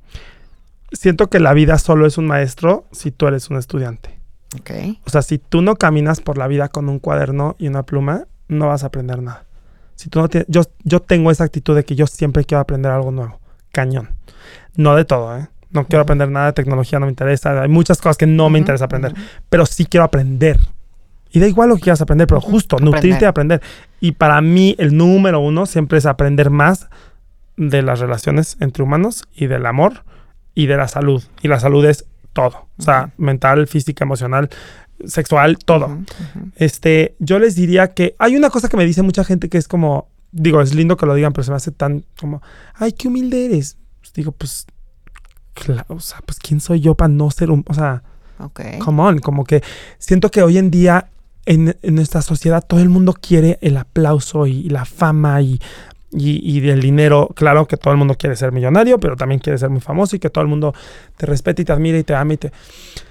Siento que la vida solo es un maestro si tú eres un estudiante. Okay. O sea, si tú no caminas por la vida con un cuaderno y una pluma, no vas a aprender nada. Si tú no tienes, yo, yo tengo esa actitud de que yo siempre quiero aprender algo nuevo. Cañón. No de todo, ¿eh? No quiero aprender nada de tecnología, no me interesa. Hay muchas cosas que no uh-huh, me interesa aprender. Uh-huh. Pero sí quiero aprender. Y da igual lo que quieras aprender, pero uh-huh. justo, aprender. Nutrirte y aprender. Y para mí, el número uno siempre es aprender más de las relaciones entre humanos y del amor y de la salud. Y la salud es todo. Uh-huh. O sea, mental, física, emocional, sexual, todo. Uh-huh. Uh-huh. Este, yo les diría que hay una cosa que me dice mucha gente que es como, digo, es lindo que lo digan, pero se me hace tan como, ay, qué humilde eres. Pues digo, pues, claro, o sea, pues, ¿quién soy yo para no ser un, o sea, okay. come on, como que siento que hoy en día en, en nuestra sociedad todo el mundo quiere el aplauso y, y la fama y, y, y el dinero. Claro que todo el mundo quiere ser millonario, pero también quiere ser muy famoso y que todo el mundo te respete y te admire y te ame y te...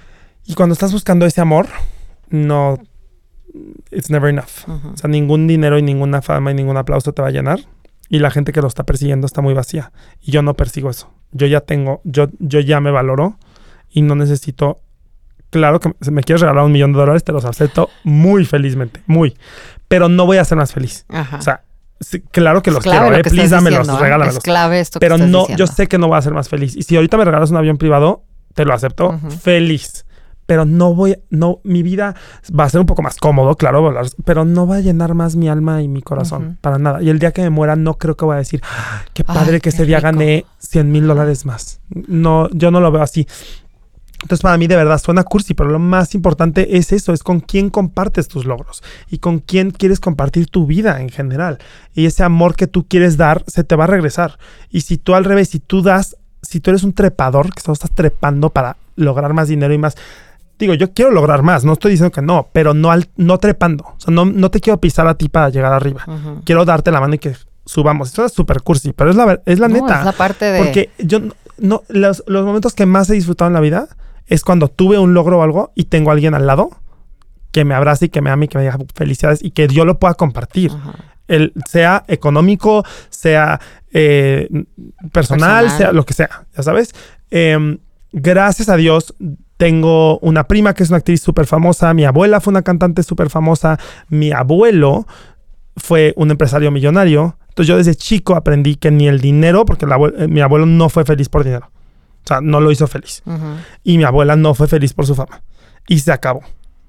Y cuando estás buscando ese amor, no, it's never enough. Uh-huh. O sea, ningún dinero y ninguna fama y ningún aplauso te va a llenar. Y la gente que lo está persiguiendo está muy vacía. Y yo no persigo eso. Yo ya tengo, yo, yo ya me valoro y no necesito... Claro que si me quieres regalar un millón de dólares, te los acepto muy felizmente, muy. Pero no voy a ser más feliz. Ajá. O sea, sí, claro que es los clave quiero, eh, please dámelos, diciendo, regálamelos. Es clave esto que Pero estás no, diciendo. yo sé que no voy a ser más feliz. Y si ahorita me regalas un avión privado, te lo acepto uh-huh. feliz. Pero no voy, no, mi vida va a ser un poco más cómodo, claro, pero no va a llenar más mi alma y mi corazón, uh-huh. para nada. Y el día que me muera, no creo que voy a decir, ah, qué padre Ay, que qué ese rico. día gané cien mil dólares más. No, yo no lo veo así. Entonces, para mí, de verdad, suena cursi, pero lo más importante es eso, es con quién compartes tus logros y con quién quieres compartir tu vida en general. Y ese amor que tú quieres dar, se te va a regresar. Y si tú al revés, si tú das, si tú eres un trepador, que solo estás trepando para lograr más dinero y más... Digo, yo quiero lograr más, no estoy diciendo que no, pero no, al, no trepando. O sea, no, no te quiero pisar a ti para llegar arriba. Uh-huh. Quiero darte la mano y que subamos. Eso es súper cursi, pero es la, es la no, neta. Es la parte de... Porque yo, no, los, los momentos que más he disfrutado en la vida es cuando tuve un logro o algo y tengo a alguien al lado que me abrace y que me ame y que me diga felicidades y que yo lo pueda compartir. Uh-huh. El, sea económico, sea eh, personal, personal, sea lo que sea, ya sabes. Eh, gracias a Dios... Tengo una prima que es una actriz súper famosa. Mi abuela fue una cantante súper famosa. Mi abuelo fue un empresario millonario. Entonces yo desde chico aprendí que ni el dinero, porque el abuelo, eh, mi abuelo no fue feliz por dinero. O sea, no lo hizo feliz. Uh-huh. Y mi abuela no fue feliz por su fama. Y se acabó.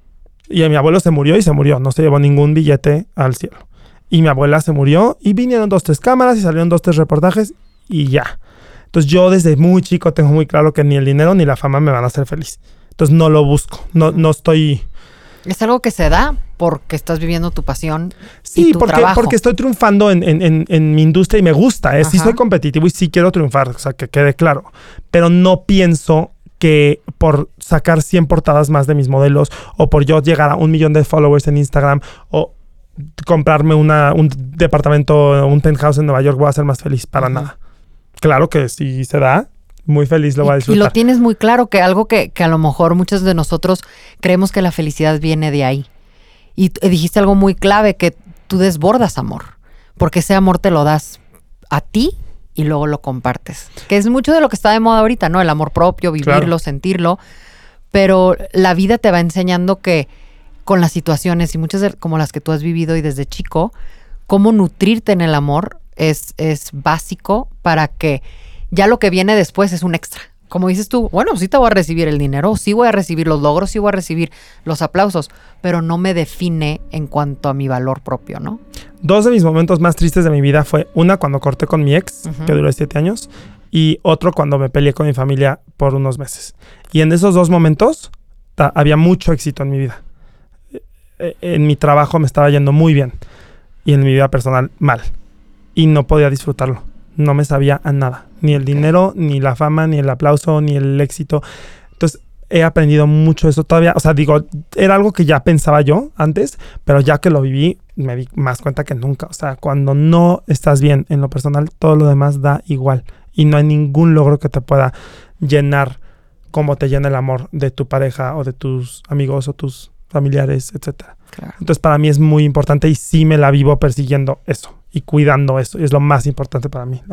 Y mi abuelo se murió y se murió. No se llevó ningún billete al cielo. Y mi abuela se murió y vinieron dos, tres cámaras y salieron dos, tres reportajes y ya. Entonces yo desde muy chico tengo muy claro que ni el dinero ni la fama me van a hacer feliz. Entonces no lo busco, no, no estoy... Es algo que se da porque estás viviendo tu pasión sí, y tu porque, trabajo. porque estoy triunfando en, en, en, en mi industria y me gusta. ¿eh? Sí soy competitivo y sí quiero triunfar, o sea, que quede claro. Pero no pienso que por sacar cien portadas más de mis modelos o por yo llegar a un millón de followers en Instagram o comprarme una, un departamento, un penthouse en Nueva York voy a ser más feliz. Para uh-huh. nada. Claro que si se da, muy feliz lo voy a disfrutar. Y lo tienes muy claro, que algo que, que a lo mejor muchos de nosotros creemos que la felicidad viene de ahí. Y dijiste algo muy clave, que tú desbordas amor, porque ese amor te lo das a ti y luego lo compartes. Que es mucho de lo que está de moda ahorita, ¿no? El amor propio, vivirlo, claro. sentirlo. Pero la vida te va enseñando que con las situaciones y muchas de, como las que tú has vivido y desde chico, cómo nutrirte en el amor Es, es básico para que ya lo que viene después es un extra. Como dices tú, bueno, sí te voy a recibir el dinero, sí voy a recibir los logros, sí voy a recibir los aplausos, pero no me define en cuanto a mi valor propio, ¿no? Dos de mis momentos más tristes de mi vida fue una cuando corté con mi ex, uh-huh. que duró siete años, y otro cuando me peleé con mi familia por unos meses. Y en esos dos momentos ta, había mucho éxito en mi vida. En mi trabajo me estaba yendo muy bien y en mi vida personal mal. Y no podía disfrutarlo. No me sabía a nada. Ni el dinero, ni la fama, ni el aplauso, ni el éxito. Entonces, he aprendido mucho eso todavía. O sea, digo, era algo que ya pensaba yo antes, pero ya que lo viví, me di más cuenta que nunca. O sea, cuando no estás bien en lo personal, todo lo demás da igual. Y no hay ningún logro que te pueda llenar como te llena el amor de tu pareja o de tus amigos o tus familiares, etcétera. Claro. Entonces, para mí es muy importante y sí me la vivo persiguiendo eso y cuidando eso. Es lo más importante para mí, la verdad.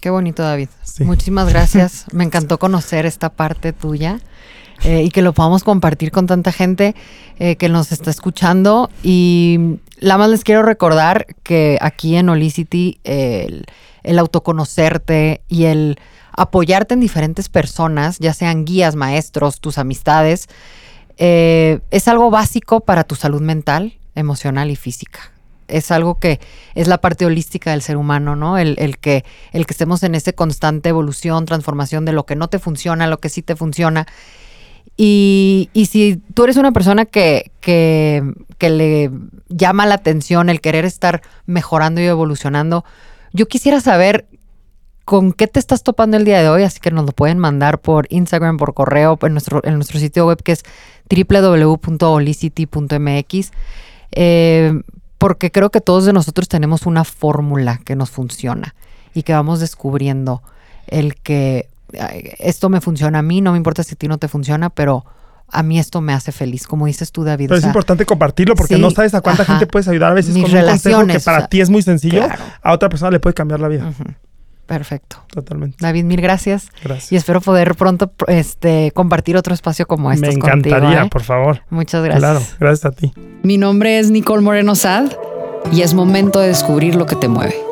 Qué bonito, David. Sí. Muchísimas gracias. Me encantó conocer esta parte tuya eh, y que lo podamos compartir con tanta gente eh, que nos está escuchando. Y la más les quiero recordar que aquí en Holicity eh, el, el autoconocerte y el apoyarte en diferentes personas, ya sean guías, maestros, tus amistades, eh, es algo básico para tu salud mental, emocional y física. Es algo que es la parte holística del ser humano, ¿no? El, el, que, el que estemos en esa constante evolución, transformación de lo que no te funciona, lo que sí te funciona. Y, y si tú eres una persona que, que, que le llama la atención el querer estar mejorando y evolucionando, yo quisiera saber con qué te estás topando el día de hoy, así que nos lo pueden mandar por Instagram, por correo, en nuestro, en nuestro sitio web que es doble u doble u doble u punto holicity punto m x. Eh, porque creo que todos de nosotros tenemos una fórmula que nos funciona y que vamos descubriendo el que ay, esto me funciona a mí, no me importa si a ti no te funciona, pero a mí esto me hace feliz, como dices tú, David. Pero o es sea, importante compartirlo porque sí, no sabes a cuánta ajá. gente puedes ayudar a veces Mis con un consejo que relaciones, para o sea, ti es muy sencillo, claro. a otra persona le puede cambiar la vida. Uh-huh. Perfecto. Totalmente. David, mil gracias. Gracias. Y espero poder pronto este, compartir otro espacio como este. Me encantaría, contigo, ¿eh? por favor. Muchas gracias. Claro, gracias a ti. Mi nombre es Nicole Moreno Sad y es momento de descubrir lo que te mueve.